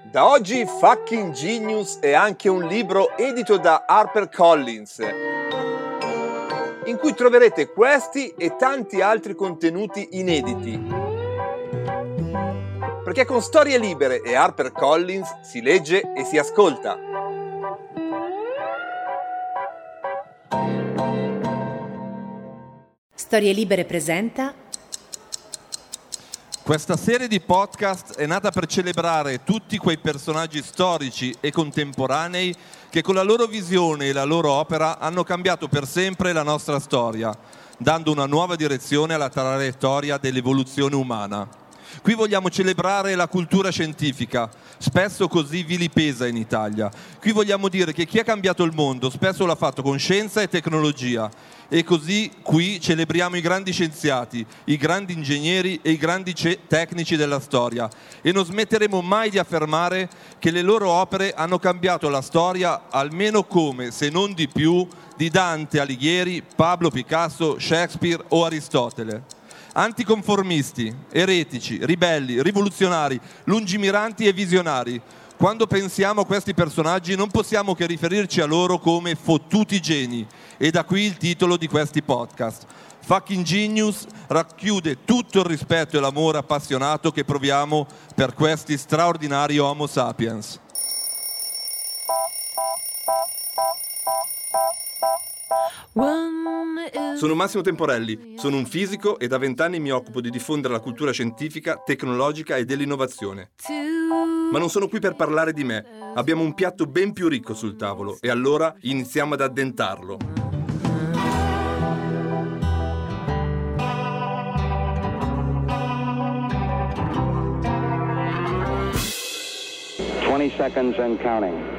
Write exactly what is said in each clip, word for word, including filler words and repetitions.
Da oggi Fucking Genius è anche un libro edito da HarperCollins, in cui troverete questi e tanti altri contenuti inediti. Perché con Storie Libere e HarperCollins si legge e si ascolta. Storie Libere presenta. Questa serie di podcast è nata per celebrare tutti quei personaggi storici e contemporanei che con la loro visione e la loro opera hanno cambiato per sempre la nostra storia, dando una nuova direzione alla traiettoria dell'evoluzione umana. Qui vogliamo celebrare la cultura scientifica, spesso così vilipesa in Italia. Qui vogliamo dire che chi ha cambiato il mondo spesso l'ha fatto con scienza e tecnologia. E così qui celebriamo i grandi scienziati, i grandi ingegneri e i grandi ce- tecnici della storia. E non smetteremo mai di affermare che le loro opere hanno cambiato la storia almeno come, se non di più, di Dante Alighieri, Pablo Picasso, Shakespeare o Aristotele. Anticonformisti, eretici, ribelli, rivoluzionari, lungimiranti e visionari. Quando pensiamo a questi personaggi non possiamo che riferirci a loro come fottuti geni, e da qui il titolo di questi podcast. Fucking Genius racchiude tutto il rispetto e l'amore appassionato che proviamo per questi straordinari Homo sapiens. Sono Massimo Temporelli, sono un fisico e da vent'anni mi occupo di diffondere la cultura scientifica, tecnologica e dell'innovazione. Ma non sono qui per parlare di me, abbiamo un piatto ben più ricco sul tavolo e allora iniziamo ad addentarlo. twenty seconds and counting.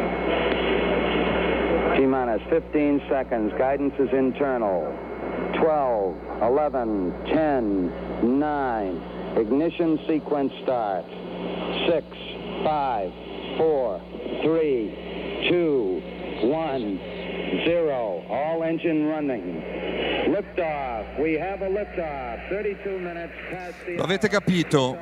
T-minus fifteen seconds. Guidance is internal. twelve, eleven, ten, nine. Ignition sequence start. six, five, four, three, two, one, zero. All engine running. Liftoff. We have a liftoff. thirty-two minutes past the... Lo avete capito?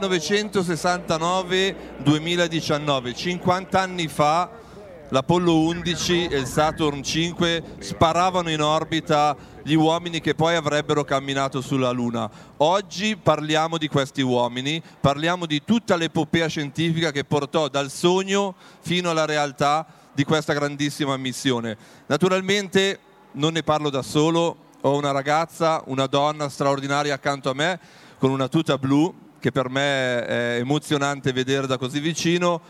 millenovecentosessantanove duemiladiciannove, cinquanta anni fa l'Apollo undici e il Saturn cinque sparavano in orbita gli uomini che poi avrebbero camminato sulla Luna. Oggi parliamo di questi uomini, parliamo di tutta l'epopea scientifica che portò dal sogno fino alla realtà di questa grandissima missione. Naturalmente non ne parlo da solo, ho una ragazza, una donna straordinaria accanto a me con una tuta blu che per me è emozionante vedere da così vicino.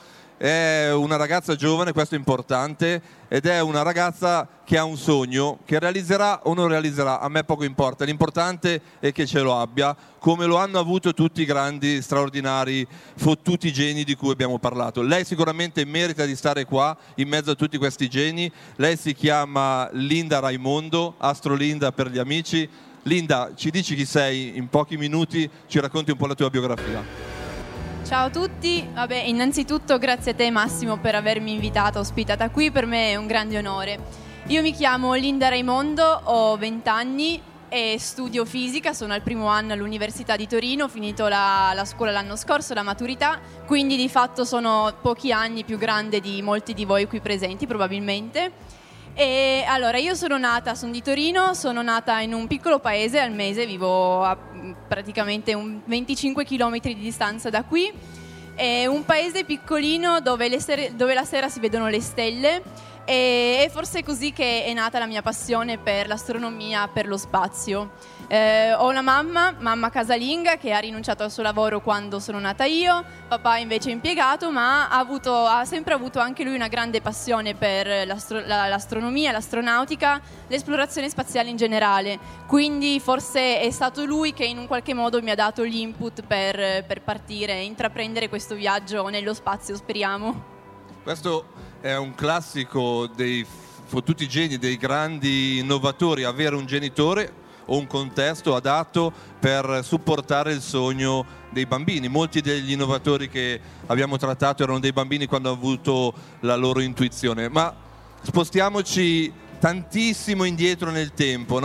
È una ragazza giovane, questo è importante, ed è una ragazza che ha un sogno, che realizzerà o non realizzerà, a me poco importa, l'importante è che ce lo abbia, come lo hanno avuto tutti i grandi, straordinari, fottuti geni di cui abbiamo parlato. Lei sicuramente merita di stare qua, in mezzo a tutti questi geni. Lei si chiama Linda Raimondo, Astro Linda per gli amici. Linda, ci dici chi sei in pochi minuti, ci racconti un po' la tua biografia. Ciao a tutti, vabbè, innanzitutto grazie a te Massimo per avermi invitata, ospitata qui, per me è un grande onore. Io mi chiamo Linda Raimondo, ho venti anni e studio fisica, sono al primo anno all'Università di Torino, ho finito la, la scuola l'anno scorso, la maturità, quindi di fatto sono pochi anni più grande di molti di voi qui presenti probabilmente. E allora, io sono nata, sono di Torino, sono nata in un piccolo paese, Almese, vivo a praticamente un venticinque chilometri di distanza da qui. È un paese piccolino dove, le sere, dove la sera si vedono le stelle e è forse così che è nata la mia passione per l'astronomia, per lo spazio. Eh, ho una mamma, mamma casalinga, che ha rinunciato al suo lavoro quando sono nata io, papà invece è impiegato, ma ha, avuto, ha sempre avuto anche lui una grande passione per l'astro, la, l'astronomia, l'astronautica, l'esplorazione spaziale in generale. Quindi forse è stato lui che in un qualche modo mi ha dato l'input per, per partire e intraprendere questo viaggio nello spazio, speriamo. Questo è un classico dei fottuti geni, dei grandi innovatori, avere un genitore o un contesto adatto per supportare il sogno dei bambini. Molti degli innovatori che abbiamo trattato erano dei bambini quando hanno avuto la loro intuizione. Ma spostiamoci tantissimo indietro nel tempo, no?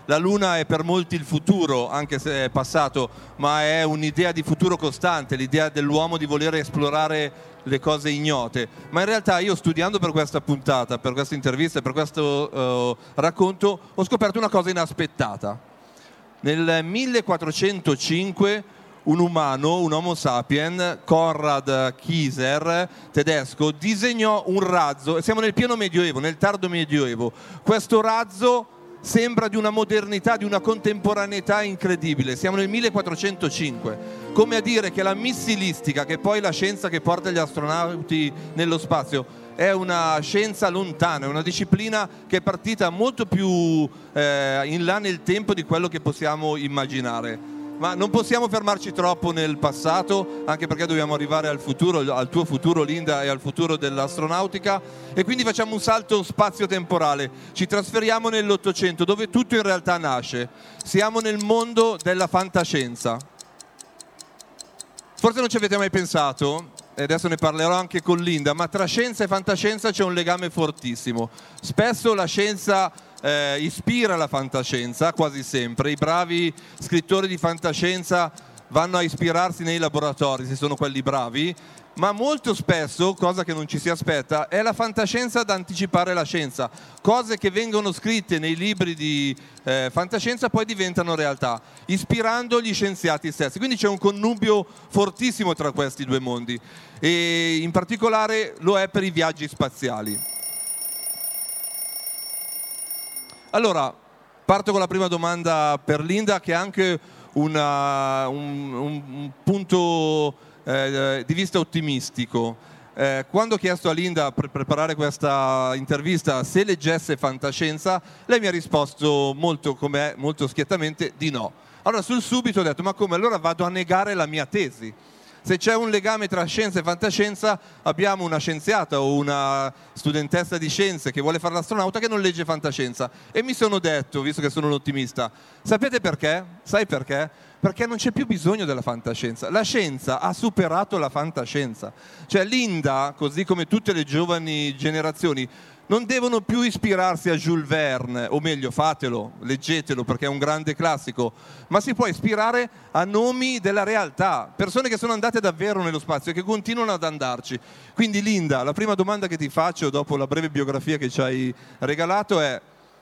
La Luna è per molti il futuro, anche se è passato, ma è un'idea di futuro costante, l'idea dell'uomo di voler esplorare le cose ignote. Ma in realtà io, studiando per questa puntata, per questa intervista, per questo uh, racconto, ho scoperto una cosa inaspettata. Nel millequattrocentocinque un umano, un Homo sapien, Konrad Kieser, tedesco, disegnò un razzo. Siamo nel pieno medioevo, nel tardo medioevo. Questo razzo sembra di una modernità, di una contemporaneità incredibile. Siamo nel millequattrocentocinque, come a dire che la missilistica, che poi è la scienza che porta gli astronauti nello spazio, è una scienza lontana, è una disciplina che è partita molto più eh, in là nel tempo di quello che possiamo immaginare. Ma non possiamo fermarci troppo nel passato, anche perché dobbiamo arrivare al futuro, al tuo futuro, Linda, e al futuro dell'astronautica, e quindi facciamo un salto spazio-temporale. Ci trasferiamo nell'Ottocento, dove tutto in realtà nasce. Siamo nel mondo della fantascienza. Forse non ci avete mai pensato, e adesso ne parlerò anche con Linda, ma tra scienza e fantascienza c'è un legame fortissimo. Spesso la scienza Eh, ispira la fantascienza, quasi sempre. I bravi scrittori di fantascienza vanno a ispirarsi nei laboratori, se sono quelli bravi, ma molto spesso, cosa che non ci si aspetta, è la fantascienza ad anticipare la scienza. Cose che vengono scritte nei libri di eh, fantascienza poi diventano realtà, ispirando gli scienziati stessi. Quindi c'è un connubio fortissimo tra questi due mondi, e in particolare lo è per i viaggi spaziali. Allora, parto con la prima domanda per Linda, che è anche una, un, un punto eh, di vista ottimistico. Eh, quando ho chiesto a Linda per preparare questa intervista se leggesse fantascienza, lei mi ha risposto molto, com'è, molto schiettamente di no. Allora sul subito ho detto: ma come, allora vado a negare la mia tesi? Se c'è un legame tra scienza e fantascienza, abbiamo una scienziata o una studentessa di scienze che vuole fare l'astronauta che non legge fantascienza. E mi sono detto, visto che sono un ottimista, sapete perché? Sai perché? Perché non c'è più bisogno della fantascienza. La scienza ha superato la fantascienza. Cioè Linda, così come tutte le giovani generazioni, non devono più ispirarsi a Jules Verne, o meglio, fatelo, leggetelo perché è un grande classico, ma si può ispirare a nomi della realtà, persone che sono andate davvero nello spazio e che continuano ad andarci. Quindi Linda, la prima domanda che ti faccio dopo la breve biografia che ci hai regalato è: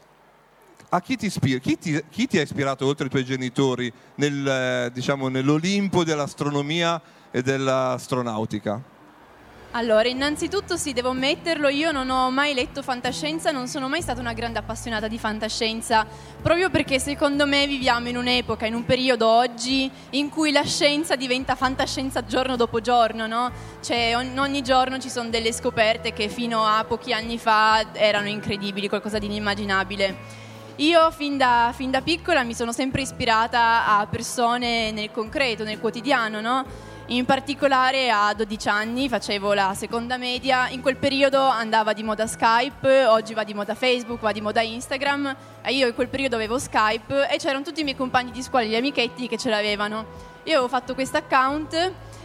a chi ti ispira? Chi ti, chi ti ha ispirato oltre ai tuoi genitori nel, diciamo, nell'Olimpo dell'astronomia e dell'astronautica? Allora, innanzitutto sì, devo ammetterlo, io non ho mai letto fantascienza, non sono mai stata una grande appassionata di fantascienza, proprio perché secondo me viviamo in un'epoca, in un periodo oggi, in cui la scienza diventa fantascienza giorno dopo giorno, no? Cioè ogni, ogni giorno ci sono delle scoperte che fino a pochi anni fa erano incredibili, qualcosa di inimmaginabile. Io fin da, fin da piccola mi sono sempre ispirata a persone nel concreto, nel quotidiano, no? In particolare a dodici anni facevo la seconda media, in quel periodo andava di moda Skype, oggi va di moda Facebook, va di moda Instagram, e io in quel periodo avevo Skype e c'erano tutti i miei compagni di scuola, gli amichetti che ce l'avevano. Io avevo fatto questo account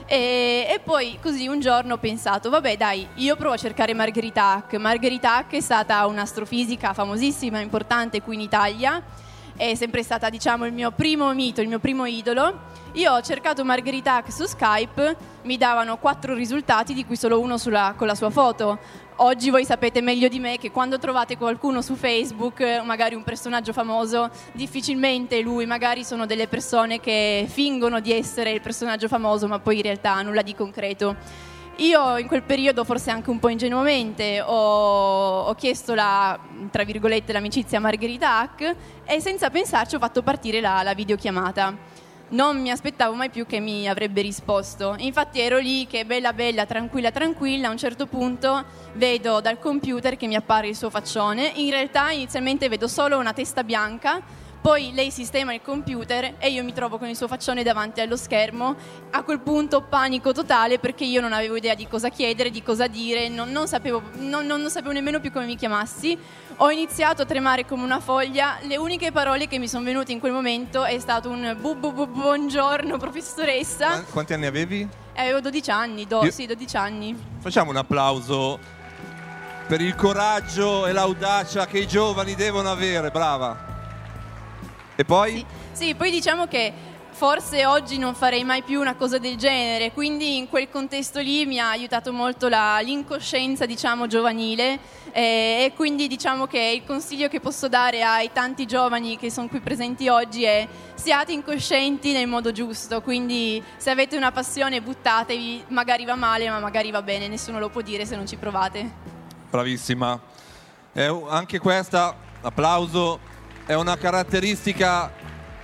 e, e poi così un giorno ho pensato, vabbè dai, io provo a cercare Margherita Hack. Margherita Hack è stata un'astrofisica famosissima, importante qui in Italia, è sempre stata, diciamo, il mio primo mito, il mio primo idolo. Io ho cercato Margherita Hack su Skype, mi davano quattro risultati, di cui solo uno sulla, con la sua foto. Oggi voi sapete meglio di me che quando trovate qualcuno su Facebook, magari un personaggio famoso, difficilmente lui, magari sono delle persone che fingono di essere il personaggio famoso, ma poi in realtà nulla di concreto. Io in quel periodo, forse anche un po' ingenuamente, ho, ho chiesto la, tra virgolette, l'amicizia a Margherita Hack e senza pensarci ho fatto partire la, la videochiamata. Non mi aspettavo mai più che mi avrebbe risposto. Infatti ero lì che bella bella, tranquilla tranquilla, a un certo punto vedo dal computer che mi appare il suo faccione. In realtà inizialmente vedo solo una testa bianca, poi lei sistema il computer e io mi trovo con il suo faccione davanti allo schermo. A quel punto panico totale perché io non avevo idea di cosa chiedere, di cosa dire, non, non, sapevo, non, non sapevo nemmeno più come mi chiamassi. Ho iniziato a tremare come una foglia, le uniche parole che mi sono venute in quel momento è stato un bu bu bu buongiorno professoressa. Quanti anni avevi? Eh, avevo dodici anni, do, Io... sì dodici anni. Facciamo un applauso per il coraggio e l'audacia che i giovani devono avere, brava. E poi? Sì, sì, poi diciamo che forse oggi non farei mai più una cosa del genere, quindi in quel contesto lì mi ha aiutato molto la, l'incoscienza, diciamo, giovanile, eh, e quindi diciamo che il consiglio che posso dare ai tanti giovani che sono qui presenti oggi è: siate incoscienti nel modo giusto, quindi se avete una passione buttatevi, magari va male ma magari va bene, nessuno lo può dire se non ci provate. Bravissima. Eh, anche questa, applauso, è una caratteristica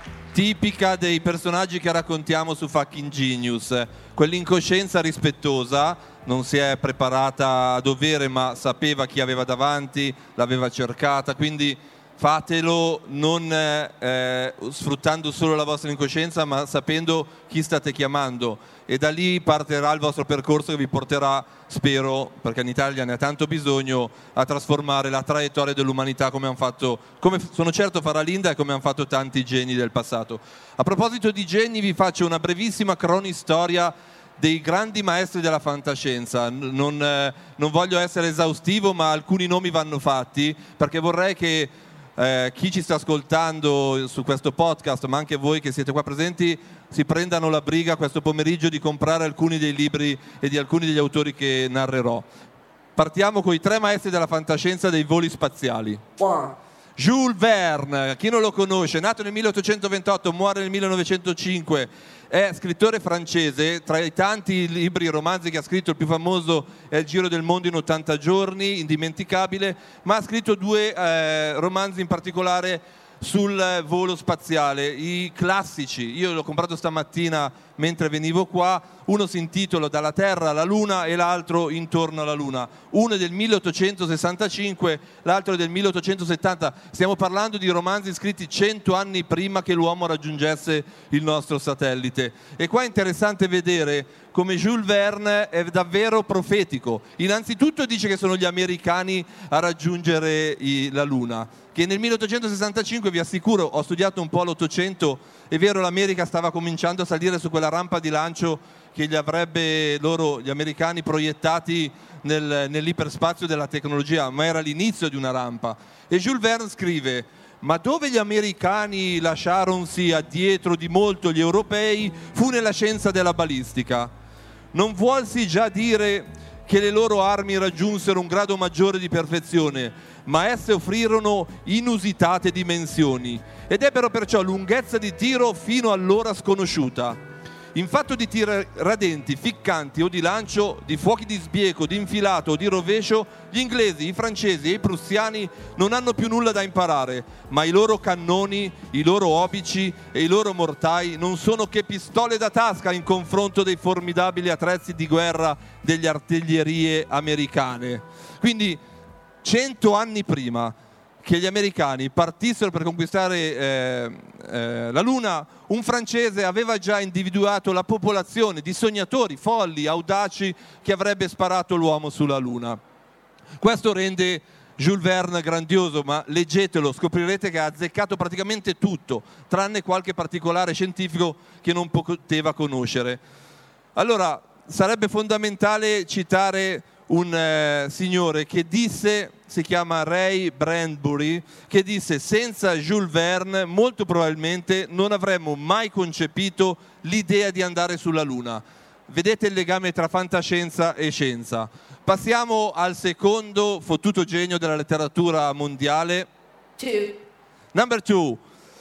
tipica dei personaggi che raccontiamo su Fucking Genius, quell'incoscienza rispettosa, non si è preparata a dovere ma sapeva chi aveva davanti, l'aveva cercata, quindi fatelo non eh, sfruttando solo la vostra incoscienza ma sapendo chi state chiamando, e da lì partirà il vostro percorso che vi porterà, spero, perché in Italia ne ha tanto bisogno, a trasformare la traiettoria dell'umanità come hanno fatto, come sono certo farà Linda e come hanno fatto tanti geni del passato. A proposito di geni vi faccio una brevissima cronistoria dei grandi maestri della fantascienza. Non, eh, non voglio essere esaustivo ma alcuni nomi vanno fatti perché vorrei che Eh, chi ci sta ascoltando su questo podcast, ma anche voi che siete qua presenti, si prendano la briga questo pomeriggio di comprare alcuni dei libri e di alcuni degli autori che narrerò. Partiamo con i tre maestri della fantascienza dei voli spaziali. Wow. Jules Verne, chi non lo conosce, nato nel milleottocentoventotto, muore nel millenovecentocinque, è scrittore francese. Tra i tanti libri e romanzi che ha scritto, il più famoso è Il giro del mondo in ottanta giorni, indimenticabile, ma ha scritto due eh, romanzi in particolare sul volo spaziale, i classici. Io l'ho comprato stamattina mentre venivo qua. Uno si intitola Dalla Terra alla Luna e l'altro Intorno alla Luna. Uno è del milleottocentosessantacinque, l'altro è del milleottocentosettanta. Stiamo parlando di romanzi scritti cento anni prima che l'uomo raggiungesse il nostro satellite. E qua è interessante vedere come Jules Verne è davvero profetico. Innanzitutto dice che sono gli americani a raggiungere i, la Luna, che nel milleottocentosessantacinque, vi assicuro, ho studiato un po' l'Ottocento, è vero, l'America stava cominciando a salire su quella rampa di lancio che gli avrebbe loro, gli americani, proiettati nel, nell'iperspazio della tecnologia, ma era l'inizio di una rampa. E Jules Verne scrive: ma dove gli americani lasciaronsi addietro di molto gli europei fu nella scienza della balistica. Non vuolsi già dire che le loro armi raggiunsero un grado maggiore di perfezione, ma esse offrirono inusitate dimensioni ed ebbero perciò lunghezza di tiro fino allora sconosciuta. In fatto di tiri radenti, ficcanti o di lancio, di fuochi di sbieco, di infilato o di rovescio, gli inglesi, i francesi e i prussiani non hanno più nulla da imparare, ma i loro cannoni, i loro obici e i loro mortai non sono che pistole da tasca in confronto dei formidabili attrezzi di guerra delle artiglierie americane. Quindi cento anni prima che gli americani partissero per conquistare eh, eh, la Luna, un francese aveva già individuato la popolazione di sognatori, folli, audaci che avrebbe sparato l'uomo sulla Luna. Questo rende Jules Verne grandioso, ma leggetelo, scoprirete che ha azzeccato praticamente tutto, tranne qualche particolare scientifico che non poteva conoscere. Allora, sarebbe fondamentale citare un eh, signore che disse, si chiama Ray Bradbury, che disse: senza Jules Verne molto probabilmente non avremmo mai concepito l'idea di andare sulla Luna. Vedete il legame tra fantascienza e scienza. Passiamo al secondo fottuto genio della letteratura mondiale. Two. Number two,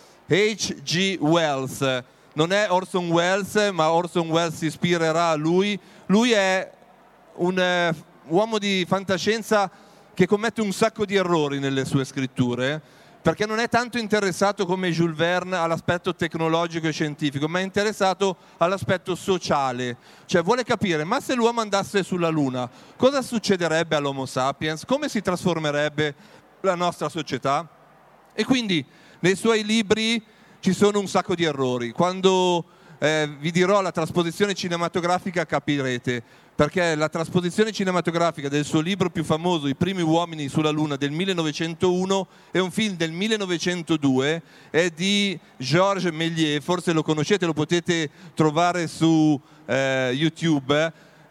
H G Wells. Non è Orson Welles, ma Orson Welles si ispirerà a lui. Lui è un eh, uomo di fantascienza che commette un sacco di errori nelle sue scritture, perché non è tanto interessato come Jules Verne all'aspetto tecnologico e scientifico, ma è interessato all'aspetto sociale. Cioè vuole capire, ma se l'uomo andasse sulla Luna, cosa succederebbe all'Homo sapiens? Come si trasformerebbe la nostra società? E quindi nei suoi libri ci sono un sacco di errori. Quando eh, vi dirò la trasposizione cinematografica capirete, perché la trasposizione cinematografica del suo libro più famoso, I primi uomini sulla Luna, del millenovecentouno, è un film del millenovecentodue, è di Georges Méliès, forse lo conoscete, lo potete trovare su eh, YouTube.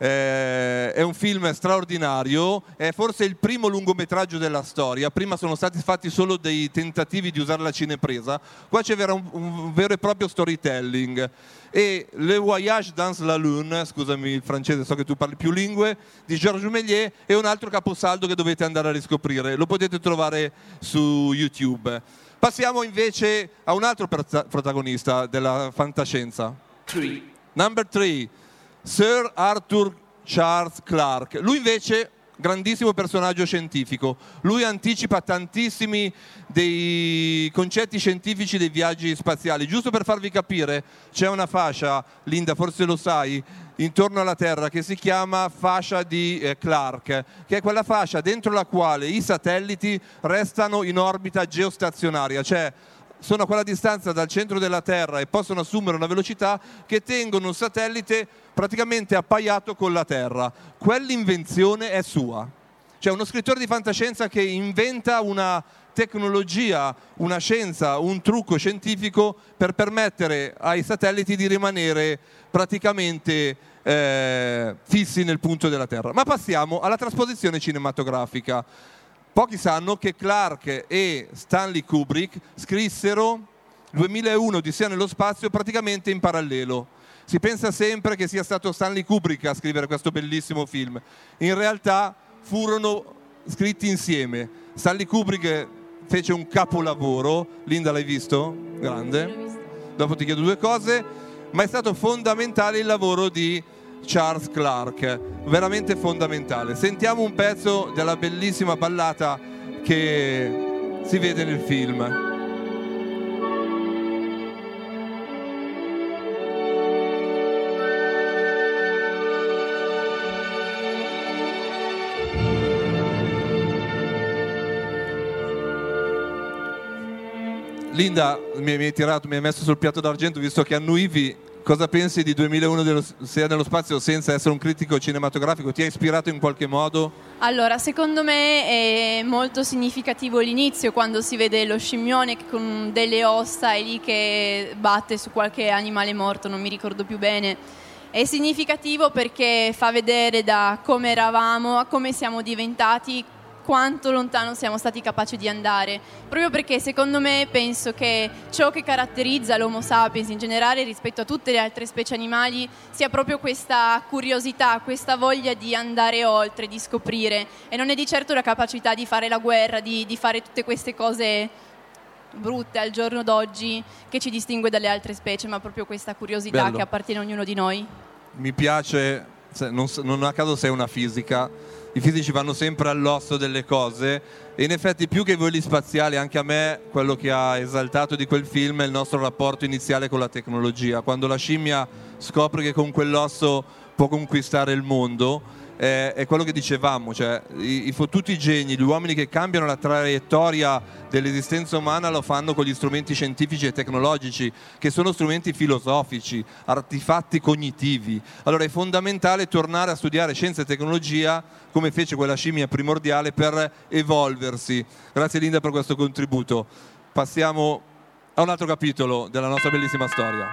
Eh, è un film straordinario, è forse il primo lungometraggio della storia. Prima sono stati fatti solo dei tentativi di usare la cinepresa, qua c'è un, un vero e proprio storytelling. E Le Voyage dans la Lune, scusami il francese, so che tu parli più lingue, di Georges Méliès, è un altro caposaldo che dovete andare a riscoprire, lo potete trovare su YouTube. Passiamo invece a un altro per- protagonista della fantascienza. Three. Number three, Sir Arthur Charles Clarke. Lui invece, grandissimo personaggio scientifico. Lui anticipa tantissimi dei concetti scientifici dei viaggi spaziali. Giusto per farvi capire, c'è una fascia, Linda forse lo sai, intorno alla Terra che si chiama fascia di eh, Clarke, che è quella fascia dentro la quale i satelliti restano in orbita geostazionaria, cioè sono a quella distanza dal centro della Terra e possono assumere una velocità che tengono un satellite praticamente appaiato con la Terra. Quell'invenzione è sua. C'è uno scrittore di fantascienza che inventa una tecnologia, una scienza, un trucco scientifico per permettere ai satelliti di rimanere praticamente eh, fissi nel punto della Terra. Ma passiamo alla trasposizione cinematografica. Pochi sanno che Clarke e Stanley Kubrick scrissero duemilauno Odissea nello spazio praticamente in parallelo. Si pensa sempre che sia stato Stanley Kubrick a scrivere questo bellissimo film. In realtà furono scritti insieme. Stanley Kubrick fece un capolavoro. Linda, l'hai visto? Grande. Dopo ti chiedo due cose. Ma è stato fondamentale il lavoro di Charles Clarke, veramente fondamentale. Sentiamo un pezzo della bellissima ballata che si vede nel film. Linda, mi hai tirato, mi hai messo sul piatto d'argento visto che annuivi. Cosa pensi di duemilauno Odissea nello spazio senza essere un critico cinematografico? Ti ha ispirato in qualche modo? Allora, secondo me è molto significativo l'inizio, quando si vede lo scimmione che con delle ossa è lì che batte su qualche animale morto, non mi ricordo più bene. È significativo perché fa vedere da come eravamo a come siamo diventati, quanto lontano siamo stati capaci di andare, proprio perché secondo me penso che ciò che caratterizza l'Homo sapiens in generale rispetto a tutte le altre specie animali sia proprio questa curiosità, questa voglia di andare oltre, di scoprire, e non è di certo la capacità di fare la guerra, di, di fare tutte queste cose brutte al giorno d'oggi che ci distingue dalle altre specie, ma proprio questa curiosità Bello. Che appartiene a ognuno di noi. Mi piace, non, non a caso sei una fisica. I fisici vanno sempre all'osso delle cose e in effetti più che i voli spaziali, anche a me quello che ha esaltato di quel film è il nostro rapporto iniziale con la tecnologia. Quando la scimmia scopre che con quell'osso può conquistare il mondo, eh, è quello che dicevamo, cioè i, i fottuti geni, gli uomini che cambiano la traiettoria dell'esistenza umana lo fanno con gli strumenti scientifici e tecnologici, che sono strumenti filosofici, artefatti cognitivi. Allora è fondamentale tornare a studiare scienza e tecnologia come fece quella scimmia primordiale per evolversi. Grazie Linda per questo contributo. Passiamo a un altro capitolo della nostra bellissima storia.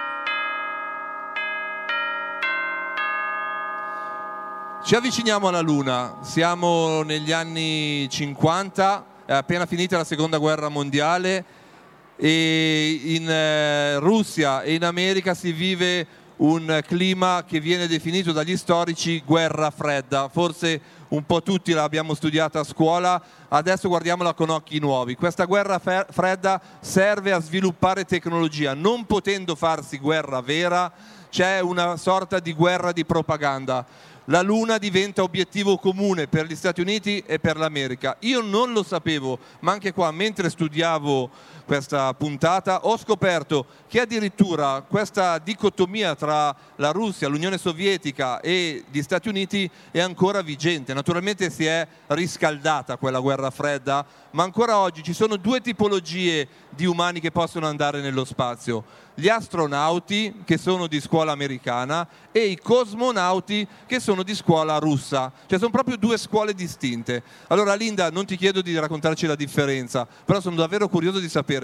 Ci avviciniamo alla Luna, siamo negli anni cinquanta, è appena finita la seconda guerra mondiale e in eh, Russia e in America si vive un clima che viene definito dagli storici guerra fredda. Forse un po' tutti l'abbiamo studiata a scuola, adesso guardiamola con occhi nuovi. Questa guerra fredda serve a sviluppare tecnologia, non potendo farsi guerra vera, c'è una sorta di guerra di propaganda. La Luna diventa obiettivo comune per gli Stati Uniti e per l'America. Io non lo sapevo, ma anche qua, mentre studiavo questa puntata, ho scoperto che addirittura questa dicotomia tra la Russia, l'Unione Sovietica e gli Stati Uniti è ancora vigente. Naturalmente si è riscaldata quella guerra fredda, ma ancora oggi ci sono due tipologie di umani che possono andare nello spazio. Gli astronauti, che sono di scuola americana, e i cosmonauti, che sono di scuola russa. Cioè sono proprio due scuole distinte. Allora Linda, non ti chiedo di raccontarci la differenza, però sono davvero curioso di sapere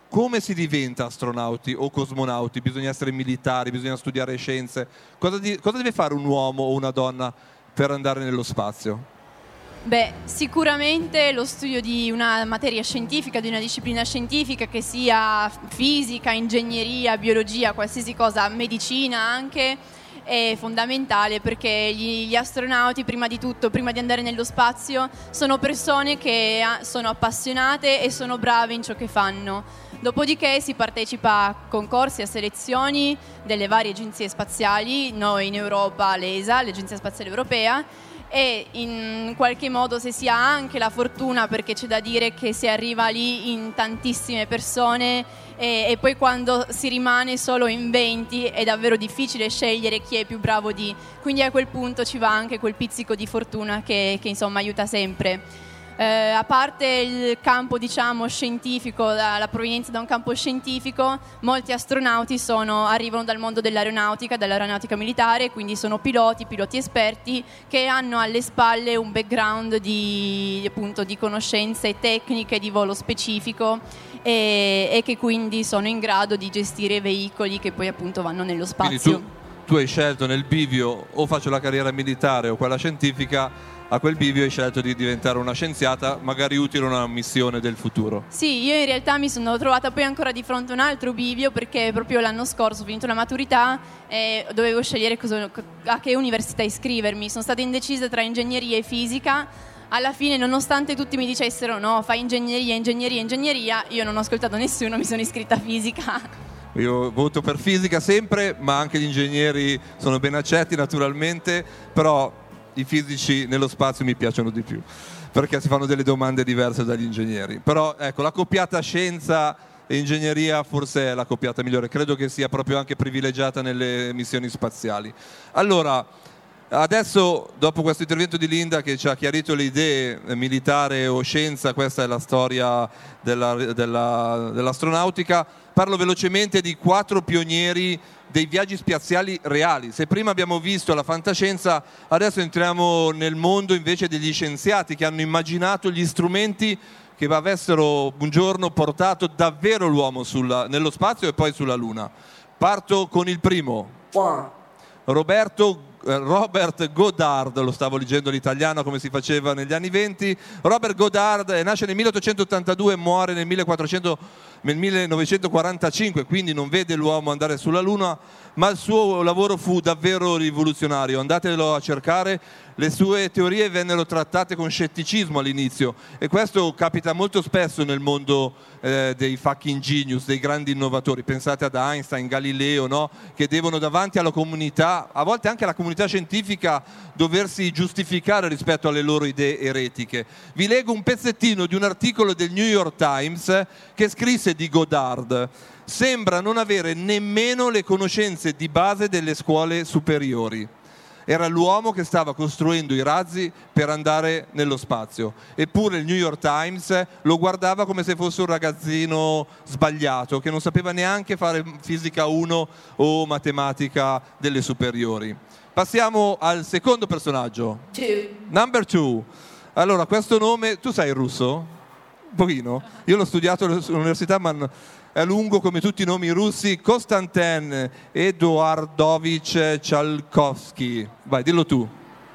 come si diventa astronauti o cosmonauti? Bisogna essere militari, bisogna studiare scienze. Cosa, di, cosa deve fare un uomo o una donna per andare nello spazio? Beh, sicuramente lo studio di una materia scientifica, di una disciplina scientifica, che sia fisica, ingegneria, biologia, qualsiasi cosa, medicina anche, è fondamentale, perché gli, gli astronauti, prima di tutto, prima di andare nello spazio, sono persone che sono appassionate e sono brave in ciò che fanno. Dopodiché si partecipa a concorsi, a selezioni delle varie agenzie spaziali, noi in Europa l'E S A, l'Agenzia Spaziale Europea, e in qualche modo, se si ha anche la fortuna, perché c'è da dire che si arriva lì in tantissime persone e, e poi quando si rimane solo in venti è davvero difficile scegliere chi è più bravo di, quindi a quel punto ci va anche quel pizzico di fortuna che, che insomma aiuta sempre. Eh, a parte il campo, diciamo, scientifico, la, la provenienza da un campo scientifico, molti astronauti sono, arrivano dal mondo dell'aeronautica, dall'aeronautica militare, quindi sono piloti, piloti esperti che hanno alle spalle un background di, appunto, di conoscenze tecniche di volo specifico e, e che quindi sono in grado di gestire veicoli che poi appunto vanno nello spazio. Quindi tu, tu hai scelto nel bivio o faccio la carriera militare o quella scientifica. A quel bivio hai scelto di diventare una scienziata, magari utile a una missione del futuro. Sì, io in realtà mi sono trovata poi ancora di fronte a un altro bivio, perché proprio l'anno scorso ho finito la maturità e dovevo scegliere cosa, a che università iscrivermi. Sono stata indecisa tra ingegneria e fisica. Alla fine, nonostante tutti mi dicessero no, fai ingegneria, ingegneria, ingegneria, io non ho ascoltato nessuno, mi sono iscritta a fisica. Io voto per fisica sempre, ma anche gli ingegneri sono ben accetti naturalmente, però i fisici nello spazio mi piacciono di più, perché si fanno delle domande diverse dagli ingegneri. Però ecco, la coppiata scienza e ingegneria forse è la coppiata migliore, credo che sia proprio anche privilegiata nelle missioni spaziali. Allora, adesso, dopo questo intervento di Linda che ci ha chiarito le idee, eh, militare o scienza, questa è la storia della, della, dell'astronautica, parlo velocemente di quattro pionieri dei viaggi spaziali reali. Se prima abbiamo visto la fantascienza, adesso entriamo nel mondo invece degli scienziati che hanno immaginato gli strumenti che avessero un giorno portato davvero l'uomo sulla, nello spazio e poi sulla Luna. Parto con il primo, Roberto Robert Goddard, lo stavo leggendo l'italiano come si faceva negli anni venti. Robert Goddard nasce nel milleottocentottantadue e muore nel millenovecentoquarantacinque, quindi non vede l'uomo andare sulla Luna, ma il suo lavoro fu davvero rivoluzionario. Andatelo a cercare, le sue teorie vennero trattate con scetticismo all'inizio e questo capita molto spesso nel mondo eh, dei fucking genius, dei grandi innovatori. Pensate ad Einstein, Galileo, no? Che devono davanti alla comunità, a volte anche alla comunità scientifica, doversi giustificare rispetto alle loro idee eretiche. Vi leggo un pezzettino di un articolo del New York Times che scrisse di Goddard: sembra non avere nemmeno le conoscenze di base delle scuole superiori. Era l'uomo che stava costruendo i razzi per andare nello spazio, eppure il New York Times lo guardava come se fosse un ragazzino sbagliato che non sapeva neanche fare fisica uno o matematica delle superiori. Passiamo al secondo personaggio. Two. Number two. Allora, questo nome, tu sai il russo? Un pochino? Io l'ho studiato all'università, ma è lungo come tutti i nomi russi. Konstantin Eduardovich Tsiolkovsky. Vai, dillo tu.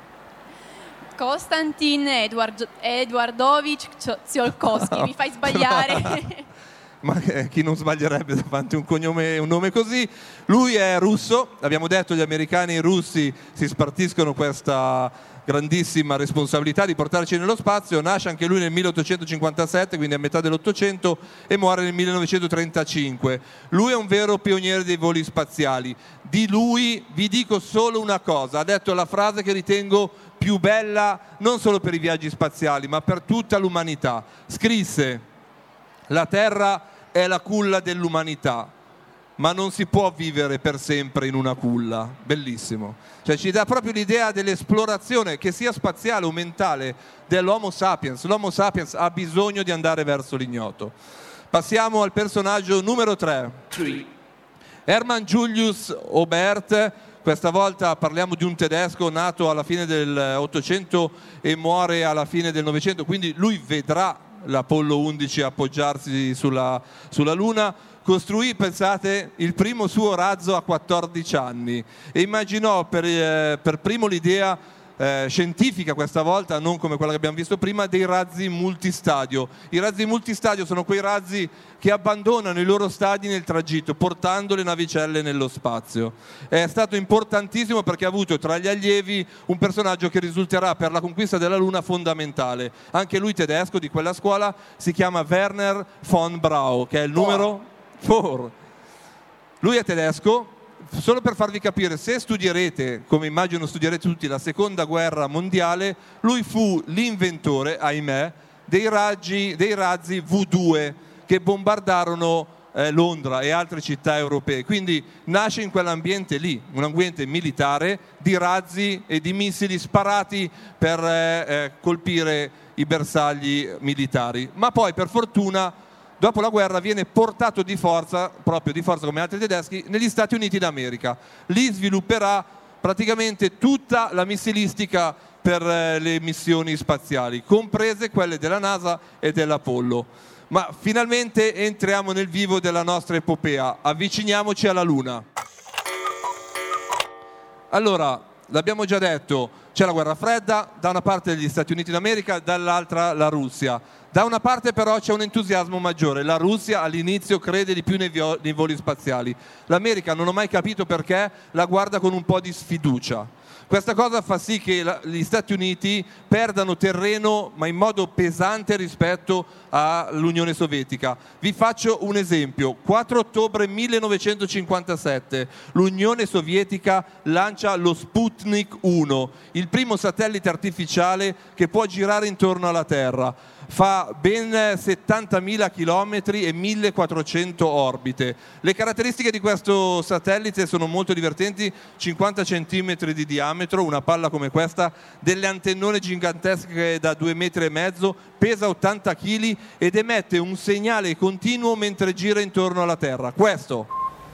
Konstantin Eduard- Eduardovich Tsiolkovsky. No. Mi fai sbagliare. Ma eh, chi non sbaglierebbe davanti a un cognome, un nome così? Lui è russo, abbiamo detto, gli americani e i russi si spartiscono questa grandissima responsabilità di portarci nello spazio. Nasce anche lui nel milleottocentocinquantasette, quindi a metà dell'Ottocento, e muore nel millenovecentotrentacinque. Lui è un vero pioniere dei voli spaziali. Di lui vi dico solo una cosa: ha detto la frase che ritengo più bella non solo per i viaggi spaziali ma per tutta l'umanità. Scrisse: la Terra è la culla dell'umanità, ma non si può vivere per sempre in una culla. Bellissimo. Cioè ci dà proprio l'idea dell'esplorazione, che sia spaziale o mentale, dell'Homo sapiens. L'Homo sapiens ha bisogno di andare verso l'ignoto. Passiamo al personaggio numero tre. Hermann Julius Oberth. Questa volta parliamo di un tedesco nato alla fine dell'Ottocento e muore alla fine del Novecento, quindi lui vedrà l'Apollo undici a appoggiarsi sulla, sulla Luna, costruì, pensate, il primo suo razzo a quattordici anni e immaginò per, eh, per primo l'idea Eh, scientifica questa volta, non come quella che abbiamo visto prima, dei razzi multistadio. I razzi multistadio sono quei razzi che abbandonano i loro stadi nel tragitto, portando le navicelle nello spazio. È stato importantissimo perché ha avuto tra gli allievi un personaggio che risulterà per la conquista della Luna fondamentale. Anche lui tedesco, di quella scuola, si chiama Wernher von Braun, che è il numero quattro. Lui è tedesco. Solo per farvi capire, se studierete, come immagino studierete tutti, la seconda guerra mondiale, lui fu l'inventore, ahimè, dei, raggi, dei razzi V due che bombardarono eh, Londra e altre città europee. Quindi nasce in quell'ambiente lì, un ambiente militare di razzi e di missili sparati per eh, eh, colpire i bersagli militari. Ma poi, per fortuna, dopo la guerra viene portato di forza, proprio di forza come altri tedeschi, negli Stati Uniti d'America. Lì svilupperà praticamente tutta la missilistica per eh, le missioni spaziali, comprese quelle della NASA e dell'Apollo. Ma finalmente entriamo nel vivo della nostra epopea, avviciniamoci alla Luna. Allora, l'abbiamo già detto, c'è la guerra fredda, da una parte gli Stati Uniti d'America, dall'altra la Russia. Da una parte però c'è un entusiasmo maggiore, la Russia all'inizio crede di più nei, vio- nei voli spaziali, l'America non ho mai capito perché la guarda con un po' di sfiducia. Questa cosa fa sì che la- gli Stati Uniti perdano terreno ma in modo pesante rispetto all'Unione Sovietica. Vi faccio un esempio, quattro ottobre millenovecentocinquantasette l'Unione Sovietica lancia lo Sputnik uno, il primo satellite artificiale che può girare intorno alla Terra. Fa ben settantamila chilometri e millequattrocento orbite. Le caratteristiche di questo satellite sono molto divertenti: cinquanta centimetri di diametro, una palla come questa, delle antennone gigantesche da due metri e mezzo, pesa ottanta chili ed emette un segnale continuo mentre gira intorno alla Terra. Questo.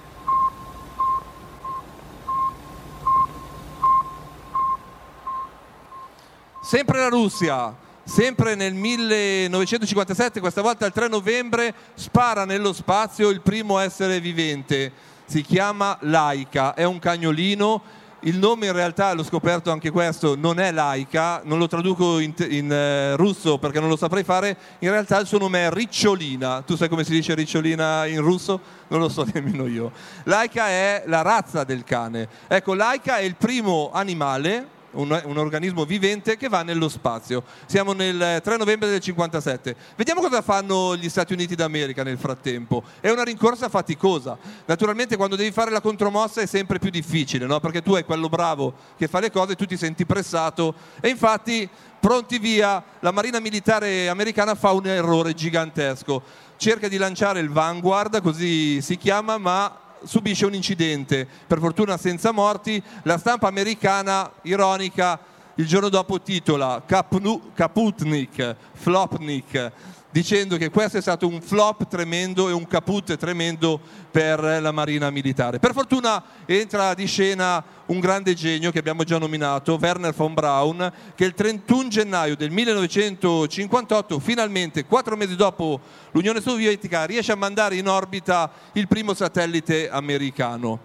Sempre la Russia. Sempre nel millenovecentocinquantasette, questa volta il tre novembre, spara nello spazio il primo essere vivente. Si chiama Laika, è un cagnolino. Il nome in realtà, l'ho scoperto anche questo, non è Laika, non lo traduco in, in uh, russo perché non lo saprei fare. In realtà il suo nome è Ricciolina. Tu sai come si dice Ricciolina in russo? Non lo so nemmeno io. Laika è la razza del cane. Ecco, Laika è il primo animale, Un, un organismo vivente che va nello spazio. Siamo nel tre novembre del cinquantasette. Vediamo cosa fanno gli Stati Uniti d'America nel frattempo. È una rincorsa faticosa. Naturalmente quando devi fare la contromossa è sempre più difficile, no? Perché tu hai quello bravo che fa le cose e tu ti senti pressato. E infatti, pronti via, la Marina Militare americana fa un errore gigantesco. Cerca di lanciare il Vanguard, così si chiama, ma subisce un incidente, per fortuna senza morti. La stampa americana, ironica, il giorno dopo titola Kapnu, Kaputnik, Flopnik, dicendo che questo è stato un flop tremendo e un caput tremendo per la Marina Militare. Per fortuna entra di scena un grande genio che abbiamo già nominato, Wernher von Braun, che il trentuno gennaio del millenovecentocinquantotto, finalmente, quattro mesi dopo l'Unione Sovietica, riesce a mandare in orbita il primo satellite americano.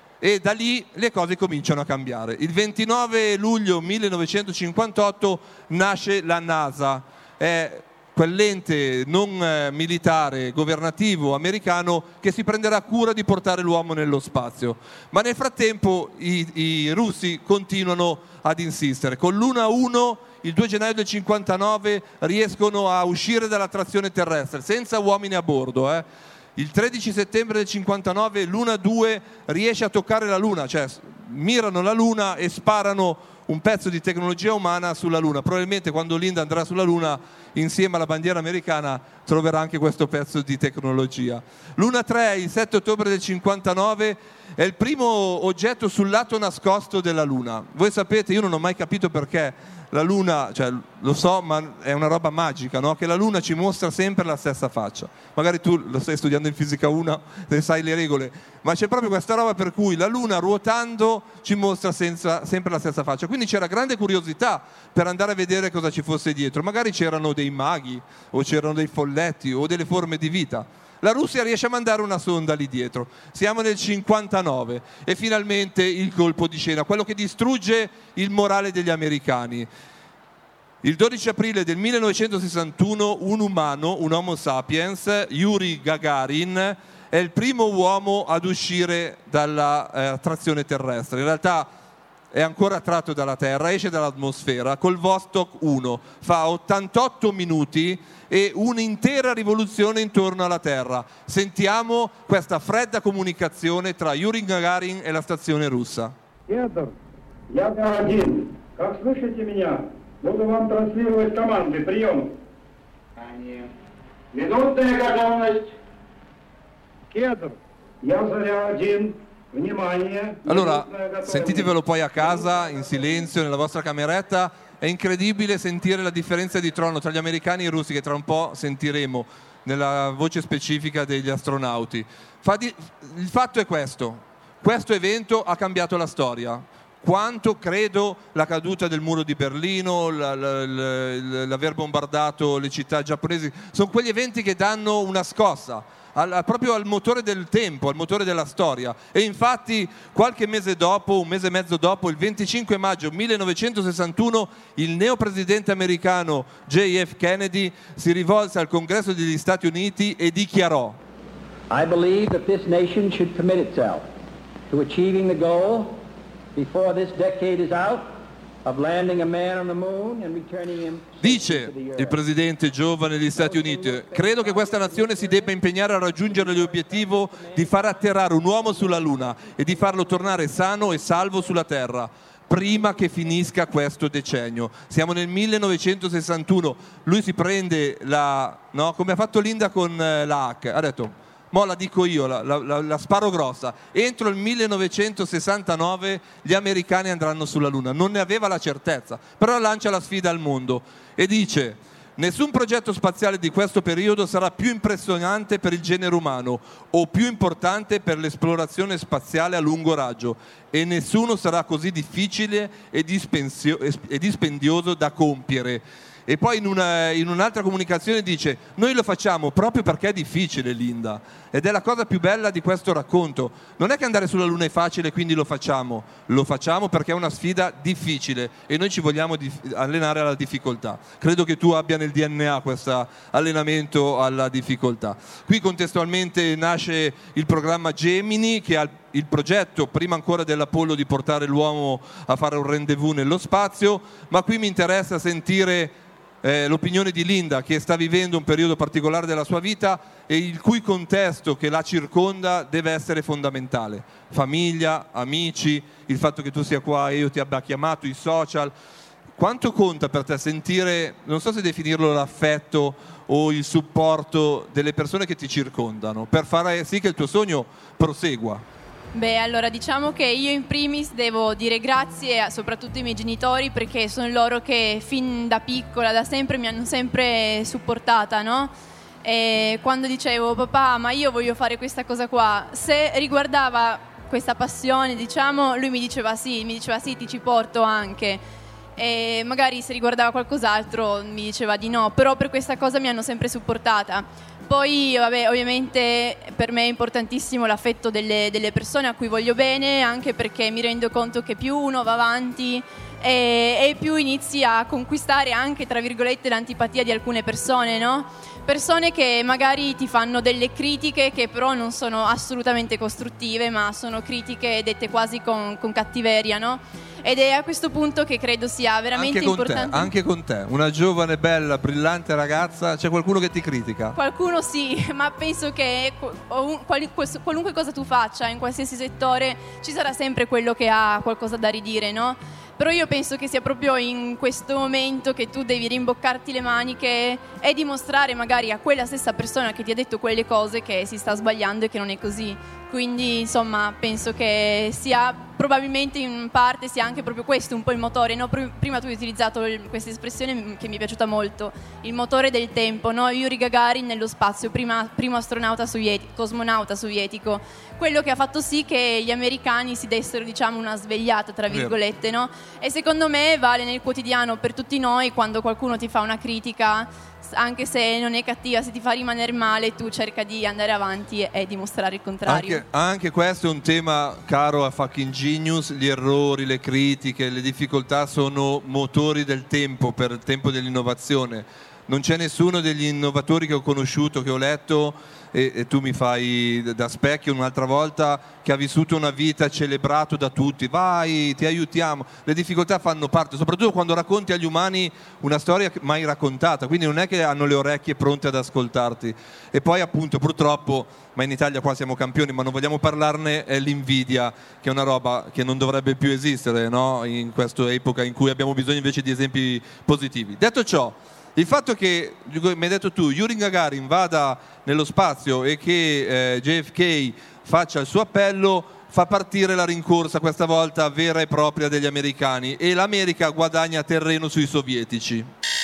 E da lì le cose cominciano a cambiare. Il ventinove luglio millenovecentocinquantotto nasce la NASA. È quell'ente non eh, militare governativo americano che si prenderà cura di portare l'uomo nello spazio. Ma nel frattempo i, i russi continuano ad insistere. Con Luna uno il due gennaio del cinquantanove riescono a uscire dalla trazione terrestre senza uomini a bordo. Eh. Il tredici settembre del cinquantanove Luna due riesce a toccare la Luna, cioè mirano la Luna e sparano un pezzo di tecnologia umana sulla Luna. Probabilmente quando Linda andrà sulla Luna, insieme alla bandiera americana, troverà anche questo pezzo di tecnologia. Luna tre, il sette ottobre del cinquantanove, è il primo oggetto sul lato nascosto della Luna. Voi sapete, io non ho mai capito perché la Luna, cioè lo so, ma è una roba magica, no? Che la Luna ci mostra sempre la stessa faccia. Magari tu lo stai studiando in fisica uno, ne sai le regole, ma c'è proprio questa roba per cui la Luna, ruotando, l'altro ci mostra senza, sempre la stessa faccia. Quindi c'era grande curiosità per andare a vedere cosa ci fosse dietro. Magari c'erano dei maghi, o c'erano dei folletti, o delle forme di vita. La Russia riesce a mandare una sonda lì dietro. Siamo nel cinquantanove e finalmente il colpo di scena, quello che distrugge il morale degli americani. Il dodici aprile del millenovecentosessantuno un umano, un Homo sapiens, Yuri Gagarin, è il primo uomo ad uscire dalla eh, trazione terrestre. In realtà è ancora attratto dalla Terra, esce dall'atmosfera col Vostok uno, fa ottantotto minuti e un'intera rivoluzione intorno alla Terra. Sentiamo questa fredda comunicazione tra Yuri Gagarin e la stazione russa. Петр, я один. Как слышите меня? Буду вам транслировать команды. Прием. Минутная готовность. Петр, я Заря один. Внимание. Allora, sentitevelo poi a casa, in silenzio, nella vostra cameretta. È incredibile sentire la differenza di trono tra gli americani e i russi, che tra un po' sentiremo nella voce specifica degli astronauti. Il fatto è questo. Questo evento ha cambiato la storia. Quanto credo la caduta del muro di Berlino, la, la, la, l'aver bombardato le città giapponesi, sono quegli eventi che danno una scossa al, proprio al motore del tempo, al motore della storia. E infatti qualche mese dopo, un mese e mezzo dopo, il venticinque maggio millenovecentosessantuno, il neopresidente americano J F Kennedy si rivolse al Congresso degli Stati Uniti e dichiarò: I believe that this nation should commit itself to achieving the goal before this decade is out of landing a man on the moon and returning him. Dice il presidente giovane degli Stati Uniti: credo che questa nazione si debba impegnare a raggiungere l'obiettivo di far atterrare un uomo sulla Luna e di farlo tornare sano e salvo sulla Terra prima che finisca questo decennio. Siamo nel millenovecentosessantuno. Lui si prende la, no, come ha fatto Linda con la Hack, ha detto: mo la dico io, la, la, la sparo grossa. Entro il millenovecentosessantanove gli americani andranno sulla Luna. Non ne aveva la certezza, però lancia la sfida al mondo e dice: nessun progetto spaziale di questo periodo sarà più impressionante per il genere umano o più importante per l'esplorazione spaziale a lungo raggio, e nessuno sarà così difficile e, dispensio- e dispendioso da compiere. E poi in, una, in un'altra comunicazione dice: noi lo facciamo proprio perché è difficile, Linda. Ed è la cosa più bella di questo racconto. Non è che andare sulla Luna è facile, quindi lo facciamo. Lo facciamo perché è una sfida difficile e noi ci vogliamo dif- allenare alla difficoltà. Credo che tu abbia nel D N A questo allenamento alla difficoltà. Qui contestualmente nasce il programma Gemini, che ha il progetto, prima ancora dell'Apollo, di portare l'uomo a fare un rendezvous nello spazio. Ma qui mi interessa sentire Eh, l'opinione di Linda, che sta vivendo un periodo particolare della sua vita e il cui contesto che la circonda deve essere fondamentale. Famiglia, amici, il fatto che tu sia qua e io ti abbia chiamato, i social. Quanto conta per te sentire, non so se definirlo l'affetto o il supporto delle persone che ti circondano, per fare sì che il tuo sogno prosegua? Beh, allora diciamo che io in primis devo dire grazie a soprattutto ai miei genitori, perché sono loro che fin da piccola, da sempre, mi hanno sempre supportata, no? E quando dicevo: papà, ma io voglio fare questa cosa qua, se riguardava questa passione, diciamo, lui mi diceva sì, mi diceva sì, ti ci porto anche. E magari se riguardava qualcos'altro mi diceva di no, però per questa cosa mi hanno sempre supportata. Poi vabbè, ovviamente per me è importantissimo l'affetto delle, delle persone a cui voglio bene, anche perché mi rendo conto che più uno va avanti e, e più inizi a conquistare anche, tra virgolette, l'antipatia di alcune persone, no? Persone che magari ti fanno delle critiche che però non sono assolutamente costruttive, ma sono critiche dette quasi con, con cattiveria, no? Ed è a questo punto che credo sia veramente anche con importante. Te, anche con te, una giovane, bella, brillante ragazza, c'è qualcuno che ti critica? Qualcuno sì, ma penso che qualunque cosa tu faccia, in qualsiasi settore, ci sarà sempre quello che ha qualcosa da ridire, no? Però io penso che sia proprio in questo momento che tu devi rimboccarti le maniche e dimostrare magari a quella stessa persona che ti ha detto quelle cose che si sta sbagliando e che non è così. Quindi insomma penso che sia probabilmente in parte sia anche proprio questo un po' il motore, no? Prima tu hai utilizzato questa espressione che mi è piaciuta molto, il motore del tempo, no? Yuri Gagarin nello spazio, prima, primo astronauta sovietico, cosmonauta sovietico, quello che ha fatto sì che gli americani si dessero, diciamo, una svegliata, tra virgolette, no? E secondo me vale nel quotidiano per tutti noi, quando qualcuno ti fa una critica, anche se non è cattiva, se ti fa rimanere male, tu cerca di andare avanti e, e dimostrare il contrario. Anche, anche questo è un tema caro a Fucking Genius. Gli errori, le critiche, le difficoltà sono motori del tempo, per il tempo dell'innovazione. Non c'è nessuno degli innovatori che ho conosciuto, che ho letto, e, e tu mi fai da specchio un'altra volta, che ha vissuto una vita celebrato da tutti. Vai, ti aiutiamo. Le difficoltà fanno parte, soprattutto quando racconti agli umani una storia mai raccontata, quindi non è che hanno le orecchie pronte ad ascoltarti. E poi appunto purtroppo, ma in Italia qua siamo campioni, ma non vogliamo parlarne, è l'invidia, che è una roba che non dovrebbe più esistere, no? In questa epoca in cui abbiamo bisogno invece di esempi positivi. Detto ciò, il fatto che, mi hai detto tu, Yuri Gagarin vada nello spazio e che eh, J F K faccia il suo appello fa partire la rincorsa, questa volta vera e propria, degli americani, e l'America guadagna terreno sui sovietici.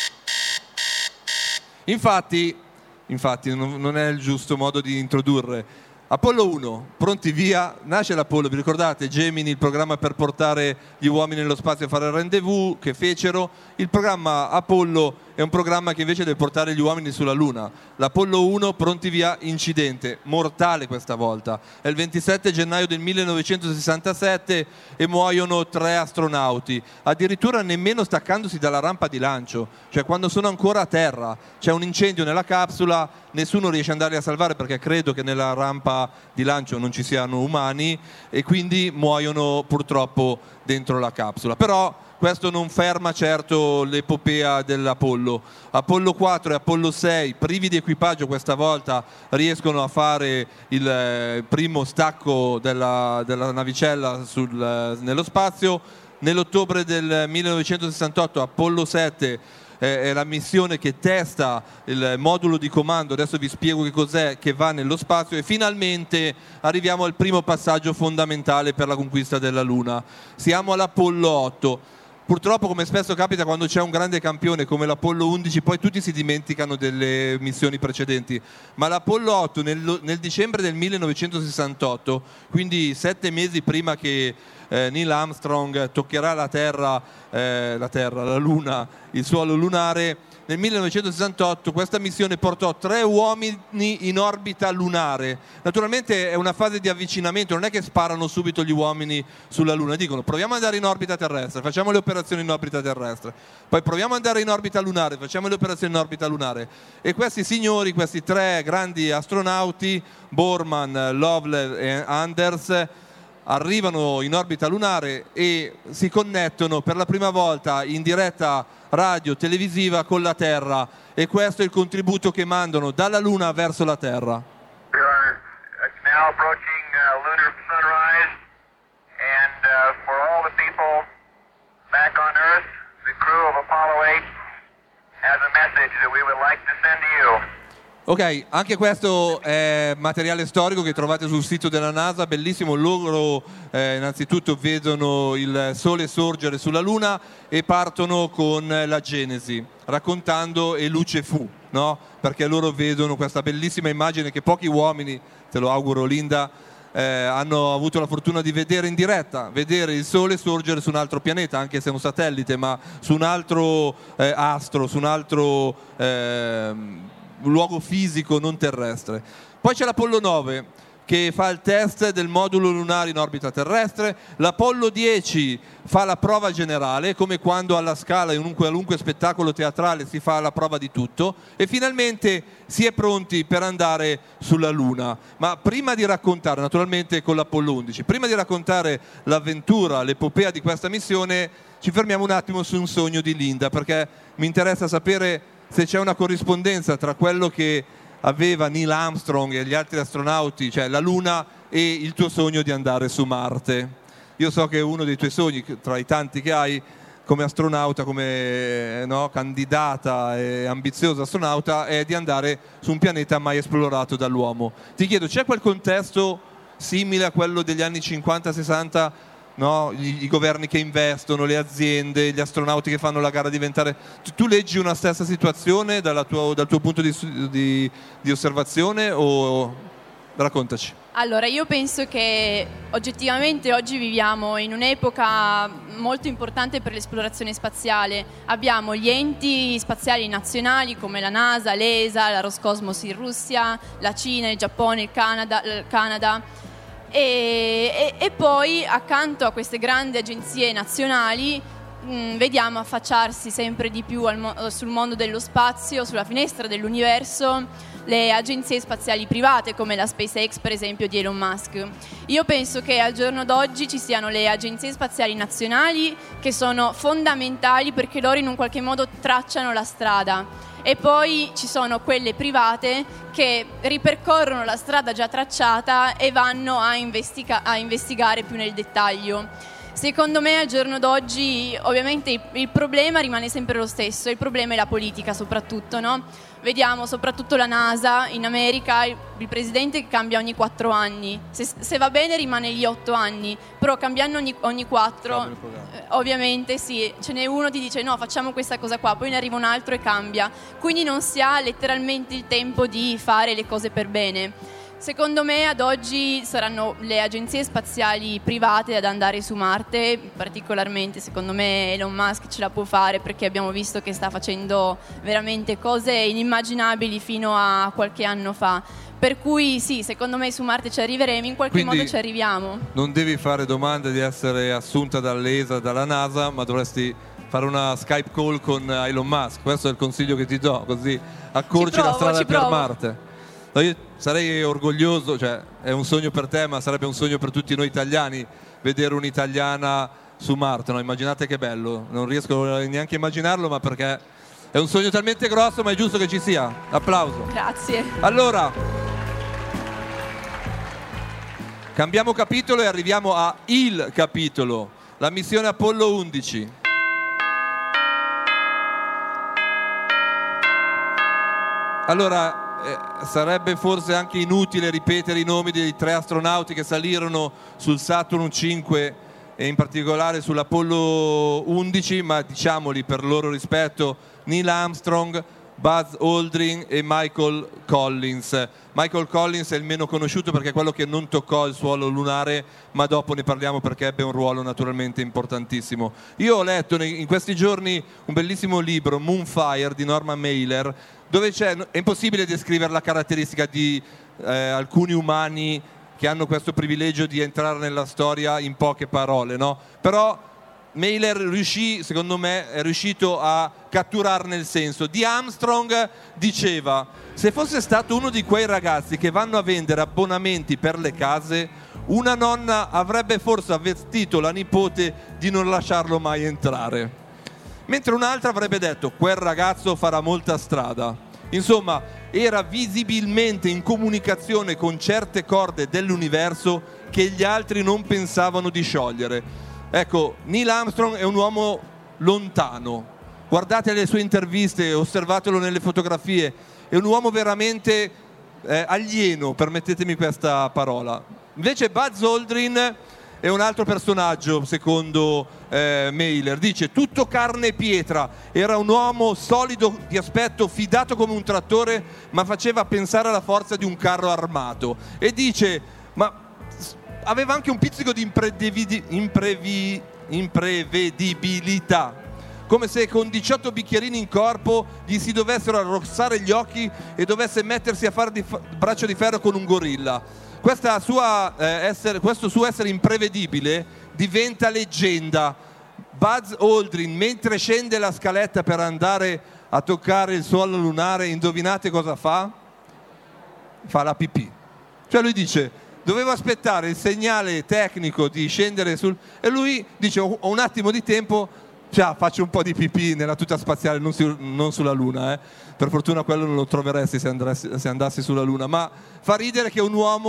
Infatti, infatti non, non è il giusto modo di introdurre. Apollo uno, pronti via, nasce l'Apollo, vi ricordate? Gemini, il programma per portare gli uomini nello spazio a fare il rendezvous che fecero. Il programma Apollo è un programma che invece deve portare gli uomini sulla Luna. L'Apollo uno, pronti via, incidente, mortale questa volta. È il ventisette gennaio del millenovecentosessantasette e muoiono tre astronauti, addirittura nemmeno staccandosi dalla rampa di lancio, cioè quando sono ancora a terra. C'è un incendio nella capsula, nessuno riesce ad andarli a salvare perché credo che nella rampa di lancio non ci siano umani, e quindi muoiono purtroppo dentro la capsula. Però questo non ferma certo l'epopea dell'Apollo. Apollo quattro e Apollo sei, privi di equipaggio questa volta, riescono a fare il eh, primo stacco della, della navicella sul, eh, nello spazio. Nell'ottobre del millenovecentosessantotto Apollo sette è la missione che testa il modulo di comando, adesso vi spiego che cos'è, che va nello spazio, e finalmente arriviamo al primo passaggio fondamentale per la conquista della Luna. Siamo all'Apollo otto. Purtroppo, come spesso capita quando c'è un grande campione come l'Apollo undici, poi tutti si dimenticano delle missioni precedenti, ma l'Apollo otto nel, nel dicembre del millenovecentosessantotto, quindi sette mesi prima che eh, Neil Armstrong toccherà la Terra, eh, la Terra, la Luna, il suolo lunare, nel millenovecentosessantotto questa missione portò tre uomini in orbita lunare. Naturalmente è una fase di avvicinamento, non è che sparano subito gli uomini sulla Luna, dicono proviamo ad andare in orbita terrestre, facciamo le operazioni in orbita terrestre, poi proviamo ad andare in orbita lunare, facciamo le operazioni in orbita lunare. E questi signori, questi tre grandi astronauti, Borman, Lovell e Anders, arrivano in orbita lunare e si connettono per la prima volta in diretta radio televisiva con la Terra, e questo è il contributo che mandano dalla Luna verso la Terra. We are now approaching uh, lunar sunrise, and uh, for all the people back on Earth, the crew of Apollo eight has a message that we would like to send to you. Ok, anche questo è materiale storico che trovate sul sito della NASA, bellissimo. Loro eh, innanzitutto vedono il Sole sorgere sulla Luna e partono con la Genesi, raccontando e luce fu, no? Perché loro vedono questa bellissima immagine che pochi uomini, te lo auguro Linda, eh, hanno avuto la fortuna di vedere in diretta, vedere il Sole sorgere su un altro pianeta, anche se è un satellite, ma su un altro eh, astro, su un altro... Eh, un luogo fisico non terrestre. Poi c'è l'Apollo nove che fa il test del modulo lunare in orbita terrestre, l'Apollo dieci fa la prova generale, come quando alla Scala in un qualunque spettacolo teatrale si fa la prova di tutto, e finalmente si è pronti per andare sulla Luna. Ma prima di raccontare, naturalmente con l'Apollo undici, prima di raccontare l'avventura, l'epopea di questa missione, ci fermiamo un attimo su un sogno di Linda, perché mi interessa sapere se c'è una corrispondenza tra quello che aveva Neil Armstrong e gli altri astronauti, cioè la Luna, e il tuo sogno di andare su Marte. Io so che uno dei tuoi sogni, tra i tanti che hai come astronauta, come no, candidata e ambiziosa astronauta, è di andare su un pianeta mai esplorato dall'uomo. Ti chiedo, c'è quel contesto simile a quello degli anni cinquanta sessanta no? I, i governi che investono, le aziende, gli astronauti che fanno la gara a diventare... Tu, tu leggi una stessa situazione dalla tua, dal tuo punto di, di, di osservazione o... Raccontaci. Allora, io penso che oggettivamente oggi viviamo in un'epoca molto importante per l'esplorazione spaziale. Abbiamo gli enti spaziali nazionali come la NASA, l'E S A, la Roscosmos in Russia, la Cina, il Giappone, il Canada, il Canada. E, e, e poi accanto a queste grandi agenzie nazionali mh, vediamo affacciarsi sempre di più al mo- sul mondo dello spazio, sulla finestra dell'universo, le agenzie spaziali private come la SpaceX per esempio di Elon Musk. Io penso che al giorno d'oggi ci siano le agenzie spaziali nazionali che sono fondamentali perché loro in un qualche modo tracciano la strada, e poi ci sono quelle private che ripercorrono la strada già tracciata e vanno a, investiga- a investigare più nel dettaglio. Secondo me al giorno d'oggi ovviamente il, il problema rimane sempre lo stesso, il problema è la politica soprattutto, no? Vediamo soprattutto la NASA in America, il, il presidente che cambia ogni quattro anni, se, se va bene rimane gli otto anni, però cambiando ogni, ogni quattro eh, ovviamente sì, ce n'è uno che dice no facciamo questa cosa qua, poi ne arriva un altro e cambia, quindi non si ha letteralmente il tempo di fare le cose per bene. Secondo me ad oggi saranno le agenzie spaziali private ad andare su Marte, particolarmente secondo me Elon Musk ce la può fare perché abbiamo visto che sta facendo veramente cose inimmaginabili fino a qualche anno fa. Per cui sì, secondo me su Marte ci arriveremo, in qualche Quindi modo ci arriviamo. Non devi fare domande di essere assunta dall'E S A, dalla NASA, ma dovresti fare una Skype call con Elon Musk. Questo è il consiglio che ti do, così accorci provo, la strada ci per provo. Marte. No, io sarei orgoglioso, cioè è un sogno per te, ma sarebbe un sogno per tutti noi italiani vedere un'italiana su Marte, no? Immaginate che bello, non riesco neanche a immaginarlo, ma perché è un sogno talmente grosso, ma è giusto che ci sia. Applauso. Grazie. Allora, cambiamo capitolo e arriviamo a il capitolo, la missione Apollo undici. Allora, Eh, sarebbe forse anche inutile ripetere i nomi dei tre astronauti che salirono sul Saturn cinque e in particolare sull'Apollo undici, ma diciamoli per loro rispetto: Neil Armstrong, Buzz Aldrin e Michael Collins. Michael Collins è il meno conosciuto perché è quello che non toccò il suolo lunare, ma dopo ne parliamo perché ebbe un ruolo naturalmente importantissimo. Io ho letto in questi giorni un bellissimo libro, Moonfire, di Norman Mailer, dove c'è, è impossibile descrivere la caratteristica di eh, alcuni umani che hanno questo privilegio di entrare nella storia in poche parole, no? Però Mailer riuscì, secondo me, è riuscito a catturarne il senso. Di Armstrong diceva: se fosse stato uno di quei ragazzi che vanno a vendere abbonamenti per le case, una nonna avrebbe forse avvertito la nipote di non lasciarlo mai entrare. Mentre un'altra avrebbe detto: quel ragazzo farà molta strada. Insomma, era visibilmente in comunicazione con certe corde dell'universo che gli altri non pensavano di sciogliere. Ecco, Neil Armstrong è un uomo lontano. Guardate le sue interviste, osservatelo nelle fotografie. È un uomo veramente eh, alieno, permettetemi questa parola. Invece Buzz Aldrin è un altro personaggio, secondo eh, Mailer. Dice: tutto carne e pietra, era un uomo solido di aspetto, fidato come un trattore, ma faceva pensare alla forza di un carro armato. E dice: ma aveva anche un pizzico di imprevi- imprevi- imprevedibilità, come se con diciotto bicchierini in corpo gli si dovessero arrossare gli occhi e dovesse mettersi a fare di fa- braccio di ferro con un gorilla. Questa sua, eh, essere, questo suo essere imprevedibile diventa leggenda. Buzz Aldrin, mentre scende la scaletta per andare a toccare il suolo lunare, indovinate cosa fa? Fa la pipì. Cioè lui dice: dovevo aspettare il segnale tecnico di scendere sul... E lui dice: ho un attimo di tempo, cioè, faccio un po' di pipì nella tuta spaziale, non, si, non sulla Luna, eh. Per fortuna quello non lo troveresti se, andresti, se andassi sulla Luna, ma fa ridere che un uomo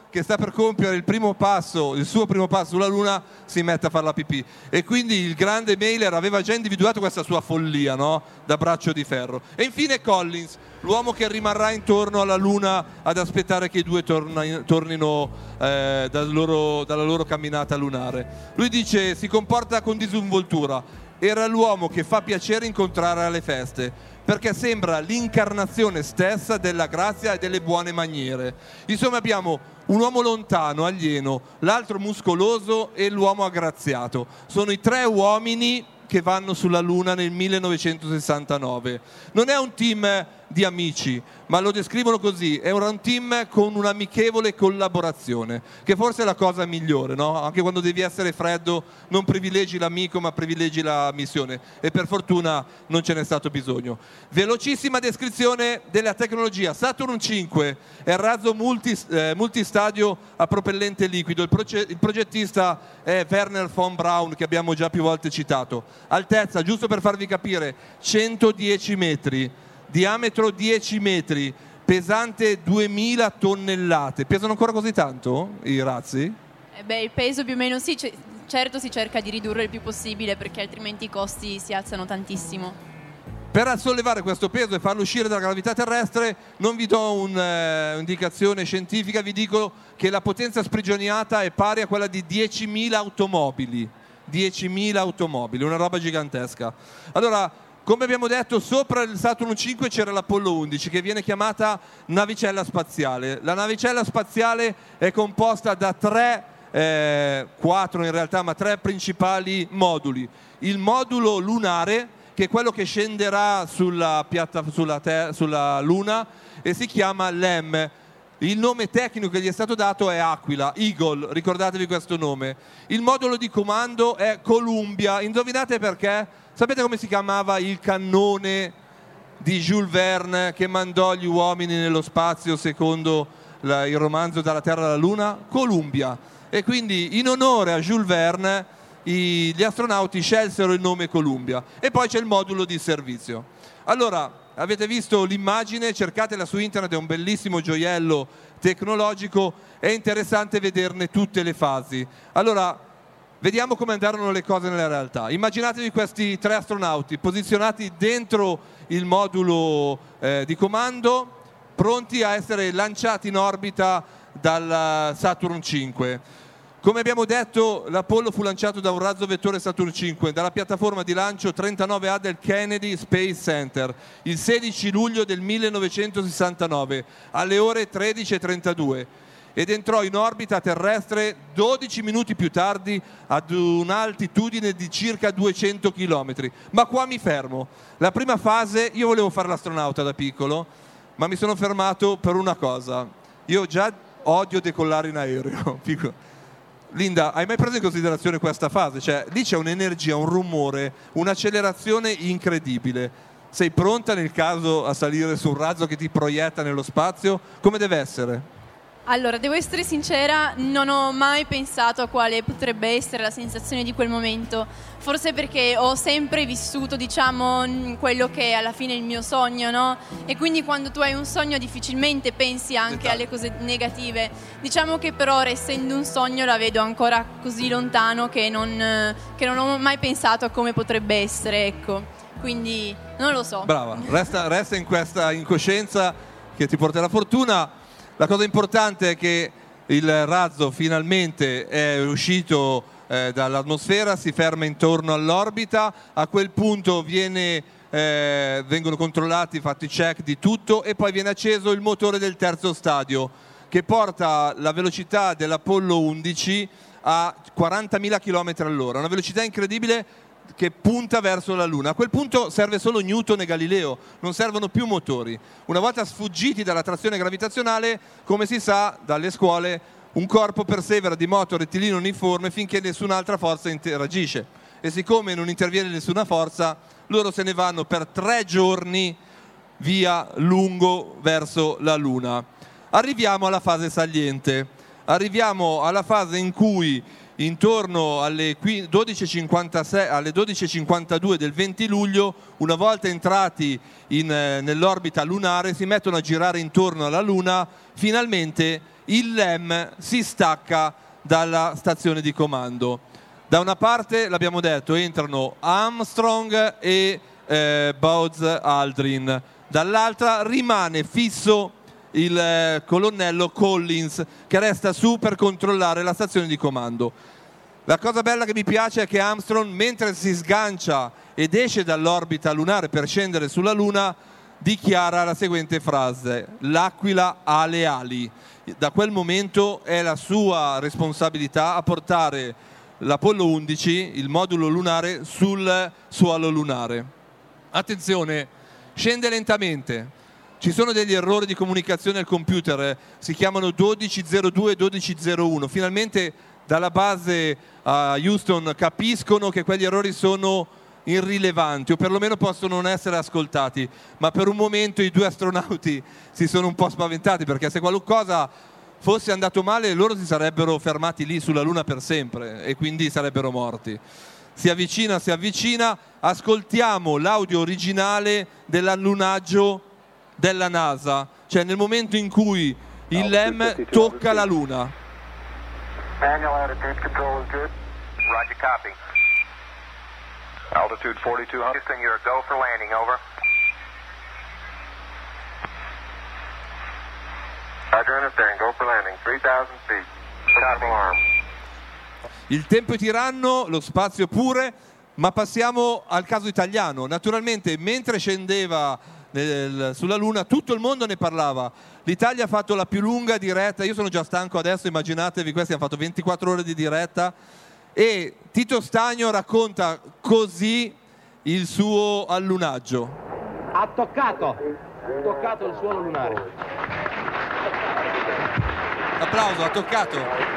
che sta per compiere il primo passo, il suo primo passo sulla Luna, si mette a fare la pipì. E quindi il grande Mailer aveva già individuato questa sua follia, no? Da braccio di ferro. E infine Collins, l'uomo che rimarrà intorno alla Luna ad aspettare che i due torna, tornino eh, dal loro, dalla loro camminata lunare. Lui dice: si comporta con disinvoltura, era l'uomo che fa piacere incontrare alle feste, perché sembra l'incarnazione stessa della grazia e delle buone maniere. Insomma, abbiamo un uomo lontano, alieno, l'altro muscoloso e l'uomo aggraziato. Sono i tre uomini che vanno sulla Luna nel millenovecentosessantanove. Non è un team di amici, ma lo descrivono così: è un team con un'amichevole collaborazione, che forse è la cosa migliore, no? Anche quando devi essere freddo non privilegi l'amico ma privilegi la missione, e per fortuna non ce n'è stato bisogno. Velocissima descrizione della tecnologia. Saturn cinque è il razzo multi, eh, multistadio a propellente liquido. Il, proge- il progettista è Wernher von Braun, che abbiamo già più volte citato. Altezza, giusto per farvi capire, centodieci metri, diametro dieci metri, pesante duemila tonnellate. Pesano ancora così tanto i razzi? Eh beh, il peso più o meno sì, c- certo si cerca di ridurre il più possibile, perché altrimenti i costi si alzano tantissimo. Per sollevare questo peso e farlo uscire dalla gravità terrestre non vi do un'indicazione scientifica, vi dico che la potenza sprigioniata è pari a quella di diecimila automobili. diecimila automobili, una roba gigantesca. Allora, come abbiamo detto, sopra il Saturn cinque c'era l'Apollo undici, che viene chiamata navicella spaziale. La navicella spaziale è composta da tre, eh, quattro in realtà, ma tre principali moduli. Il modulo lunare, che è quello che scenderà sulla, piatta, sulla, ter- sulla Luna, e si chiama L E M. Il nome tecnico che gli è stato dato è Aquila, Eagle, ricordatevi questo nome. Il modulo di comando è Columbia. Indovinate perché? Sapete come si chiamava il cannone di Jules Verne che mandò gli uomini nello spazio secondo la, il romanzo Dalla Terra alla Luna? Columbia. E quindi in onore a Jules Verne i, gli astronauti scelsero il nome Columbia. E poi c'è il modulo di servizio. Allora, avete visto l'immagine, cercatela su internet, è un bellissimo gioiello tecnologico, è interessante vederne tutte le fasi. Allora, vediamo come andarono le cose nella realtà. Immaginatevi questi tre astronauti posizionati dentro il modulo eh, di comando, pronti a essere lanciati in orbita dal Saturn cinque. Come abbiamo detto, l'Apollo fu lanciato da un razzo vettore Saturn cinque dalla piattaforma di lancio trentanove A del Kennedy Space Center il sedici luglio del millenovecentosessantanove alle ore tredici e trentadue ed entrò in orbita terrestre dodici minuti più tardi ad un'altitudine di circa duecento chilometri. Ma qua mi fermo. La prima fase, io volevo fare l'astronauta da piccolo, ma mi sono fermato per una cosa. Io già odio decollare in aereo. Linda, hai mai preso in considerazione questa fase? Cioè, lì c'è un'energia, un rumore, un'accelerazione incredibile. Sei pronta nel caso a salire su un razzo che ti proietta nello spazio? Come deve essere? Allora, devo essere sincera, non ho mai pensato a quale potrebbe essere la sensazione di quel momento. Forse perché ho sempre vissuto, diciamo, quello che è alla fine il mio sogno, no? E quindi quando tu hai un sogno difficilmente pensi anche alle cose negative. Diciamo che per ora, essendo un sogno, la vedo ancora così lontano che non, che non ho mai pensato a come potrebbe essere, ecco. Quindi non lo so. Brava, resta, resta in questa incoscienza che ti porterà fortuna. La cosa importante è che il razzo finalmente è uscito eh, dall'atmosfera, si ferma intorno all'orbita, a quel punto viene, eh, vengono controllati, fatti check di tutto e poi viene acceso il motore del terzo stadio che porta la velocità dell'Apollo undici a quarantamila chilometri all'ora, una velocità incredibile che punta verso la Luna. A quel punto serve solo Newton e Galileo, non servono più motori. Una volta sfuggiti dalla trazione gravitazionale, come si sa dalle scuole, un corpo persevera di moto rettilineo uniforme finché nessun'altra forza interagisce. E siccome non interviene nessuna forza, loro se ne vanno per tre giorni via lungo verso la Luna. Arriviamo alla fase saliente, arriviamo alla fase in cui intorno alle dodici e cinquantasei, alle dodici e cinquantadue del venti luglio, una volta entrati in, eh, nell'orbita lunare, si mettono a girare intorno alla Luna, finalmente il L E M si stacca dalla stazione di comando. Da una parte, l'abbiamo detto, entrano Armstrong e eh, Buzz Aldrin, dall'altra rimane fisso il eh, colonnello Collins, che resta su per controllare la stazione di comando. La cosa bella che mi piace è che Armstrong, mentre si sgancia ed esce dall'orbita lunare per scendere sulla Luna, dichiara la seguente frase: l'aquila ha le ali. Da quel momento è la sua responsabilità a portare l'Apollo undici, il modulo lunare, sul suolo lunare. Attenzione, scende lentamente. Ci sono degli errori di comunicazione al computer, si chiamano dodici zero due e dodici zero uno. Finalmente dalla base a Houston capiscono che quegli errori sono irrilevanti o perlomeno possono non essere ascoltati, ma per un momento i due astronauti si sono un po' spaventati, perché se qualcosa fosse andato male loro si sarebbero fermati lì sulla Luna per sempre e quindi sarebbero morti. Si avvicina, si avvicina, ascoltiamo l'audio originale dell'allunaggio della NASA, cioè nel momento in cui il L E M tocca la Luna. Manual attitude control is good. Roger, copy. Altitude forty-two hundred. Houston, you're a go for landing, over. Roger, understand, go for landing, three thousand feet. Stop alarm. Il tempo è tiranno, lo spazio pure, ma passiamo al caso italiano. Naturalmente, mentre scendeva nel, sulla Luna, tutto il mondo ne parlava. L'Italia ha fatto la più lunga diretta, io sono già stanco adesso, immaginatevi, questi hanno fatto ventiquattro ore di diretta, e Tito Stagno racconta così il suo allunaggio. Ha toccato, ha toccato il suolo lunare. Applauso, ha toccato.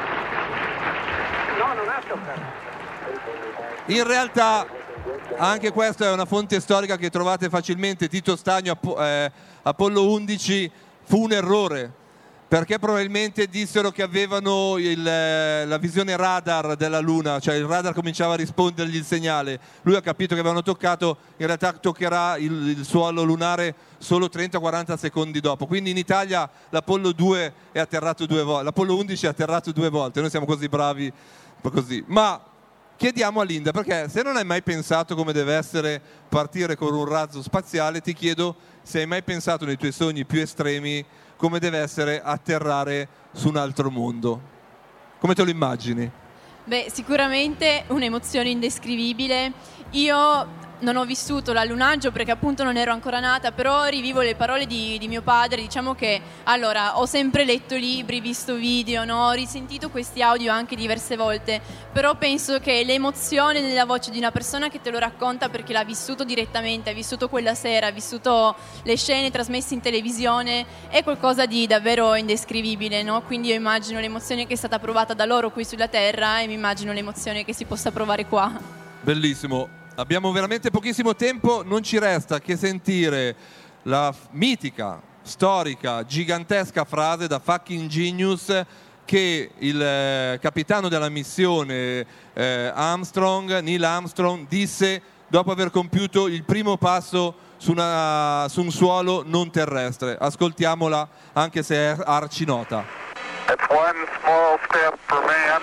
No, non ha toccato. In realtà anche questa è una fonte storica che trovate facilmente. Tito Stagno, eh, Apollo undici fu un errore, perché probabilmente dissero che avevano il, la visione radar della Luna, cioè il radar cominciava a rispondergli il segnale. Lui ha capito che avevano toccato, in realtà toccherà il, il suolo lunare solo trenta quaranta secondi dopo. Quindi in Italia l'Apollo due è atterrato due volte, l'Apollo undici è atterrato due volte, noi siamo così bravi, così. Ma chiediamo a Linda, perché se non hai mai pensato come deve essere partire con un razzo spaziale, ti chiedo se hai mai pensato nei tuoi sogni più estremi come deve essere atterrare su un altro mondo. Come te lo immagini? Beh, sicuramente un'emozione indescrivibile. Io non ho vissuto l'allunaggio perché appunto non ero ancora nata, però rivivo le parole di, di mio padre. Diciamo che allora ho sempre letto libri, visto video, no? Ho risentito questi audio anche diverse volte, però penso che l'emozione nella voce di una persona che te lo racconta perché l'ha vissuto direttamente, ha vissuto quella sera, ha vissuto le scene trasmesse in televisione, è qualcosa di davvero indescrivibile, no? Quindi io immagino l'emozione che è stata provata da loro qui sulla Terra e mi immagino l'emozione che si possa provare qua. Bellissimo. Abbiamo veramente pochissimo tempo, non ci resta che sentire la mitica, storica, gigantesca frase da fucking genius che il eh, capitano della missione eh, Armstrong, Neil Armstrong, disse dopo aver compiuto il primo passo su, una, su un suolo non terrestre. Ascoltiamola, anche se è arcinota. It's one small step for man,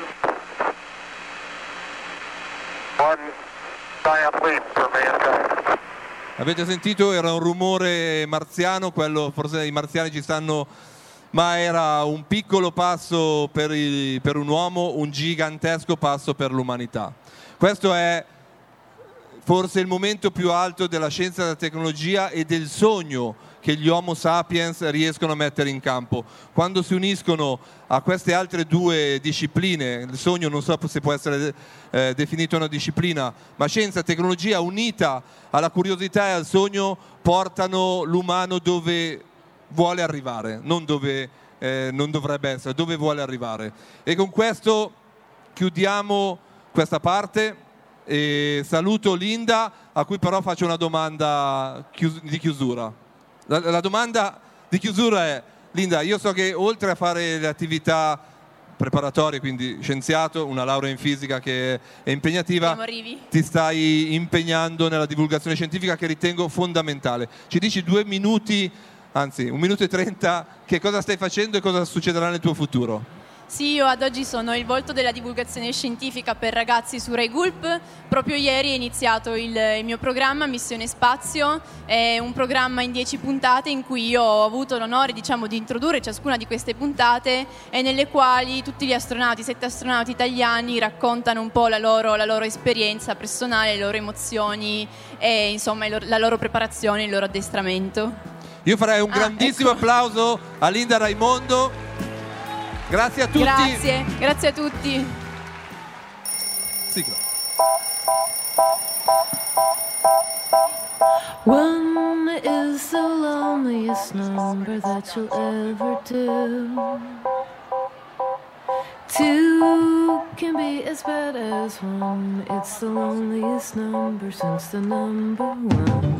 one giant leap for mankind. Avete sentito? Era un rumore marziano, quello forse i marziani ci stanno, ma era un piccolo passo per, il, per un uomo, un gigantesco passo per l'umanità. Questo è forse il momento più alto della scienza e della tecnologia e del sogno che gli Homo sapiens riescono a mettere in campo. Quando si uniscono a queste altre due discipline, il sogno non so se può essere eh, definito una disciplina, ma scienza e tecnologia unita alla curiosità e al sogno portano l'umano dove vuole arrivare, non dove eh, non dovrebbe essere, dove vuole arrivare. E con questo chiudiamo questa parte. E saluto Linda, a cui però faccio una domanda chius- di chiusura. La, la domanda di chiusura è: Linda, io so che oltre a fare le attività preparatorie, quindi scienziato, una laurea in fisica che è impegnativa, ti stai impegnando nella divulgazione scientifica che ritengo fondamentale. Ci dici due minuti anzi un minuto e trenta, che cosa stai facendo e cosa succederà nel tuo futuro. Sì, io ad oggi sono il volto della divulgazione scientifica per ragazzi su Rai Gulp. Proprio ieri è iniziato il, il mio programma Missione Spazio, è un programma in dieci puntate in cui io ho avuto l'onore, diciamo, di introdurre ciascuna di queste puntate e nelle quali tutti gli astronauti, sette astronauti italiani raccontano un po' la loro, la loro esperienza personale, le loro emozioni e insomma il loro, la loro preparazione, il loro addestramento. Io farei un Ah, grandissimo ecco. applauso a Linda Raimondo. Grazie a tutti. Grazie, grazie a tutti. Sigla. One is the loneliest number that you'll ever do. Two can be as bad as one. It's the loneliest number since the number one.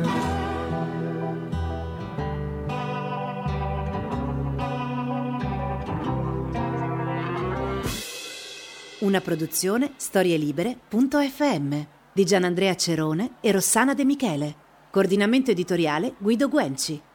Una produzione storielibere punto effe emme di Gianandrea Cerone e Rossana De Michele. Coordinamento editoriale Guido Guenci.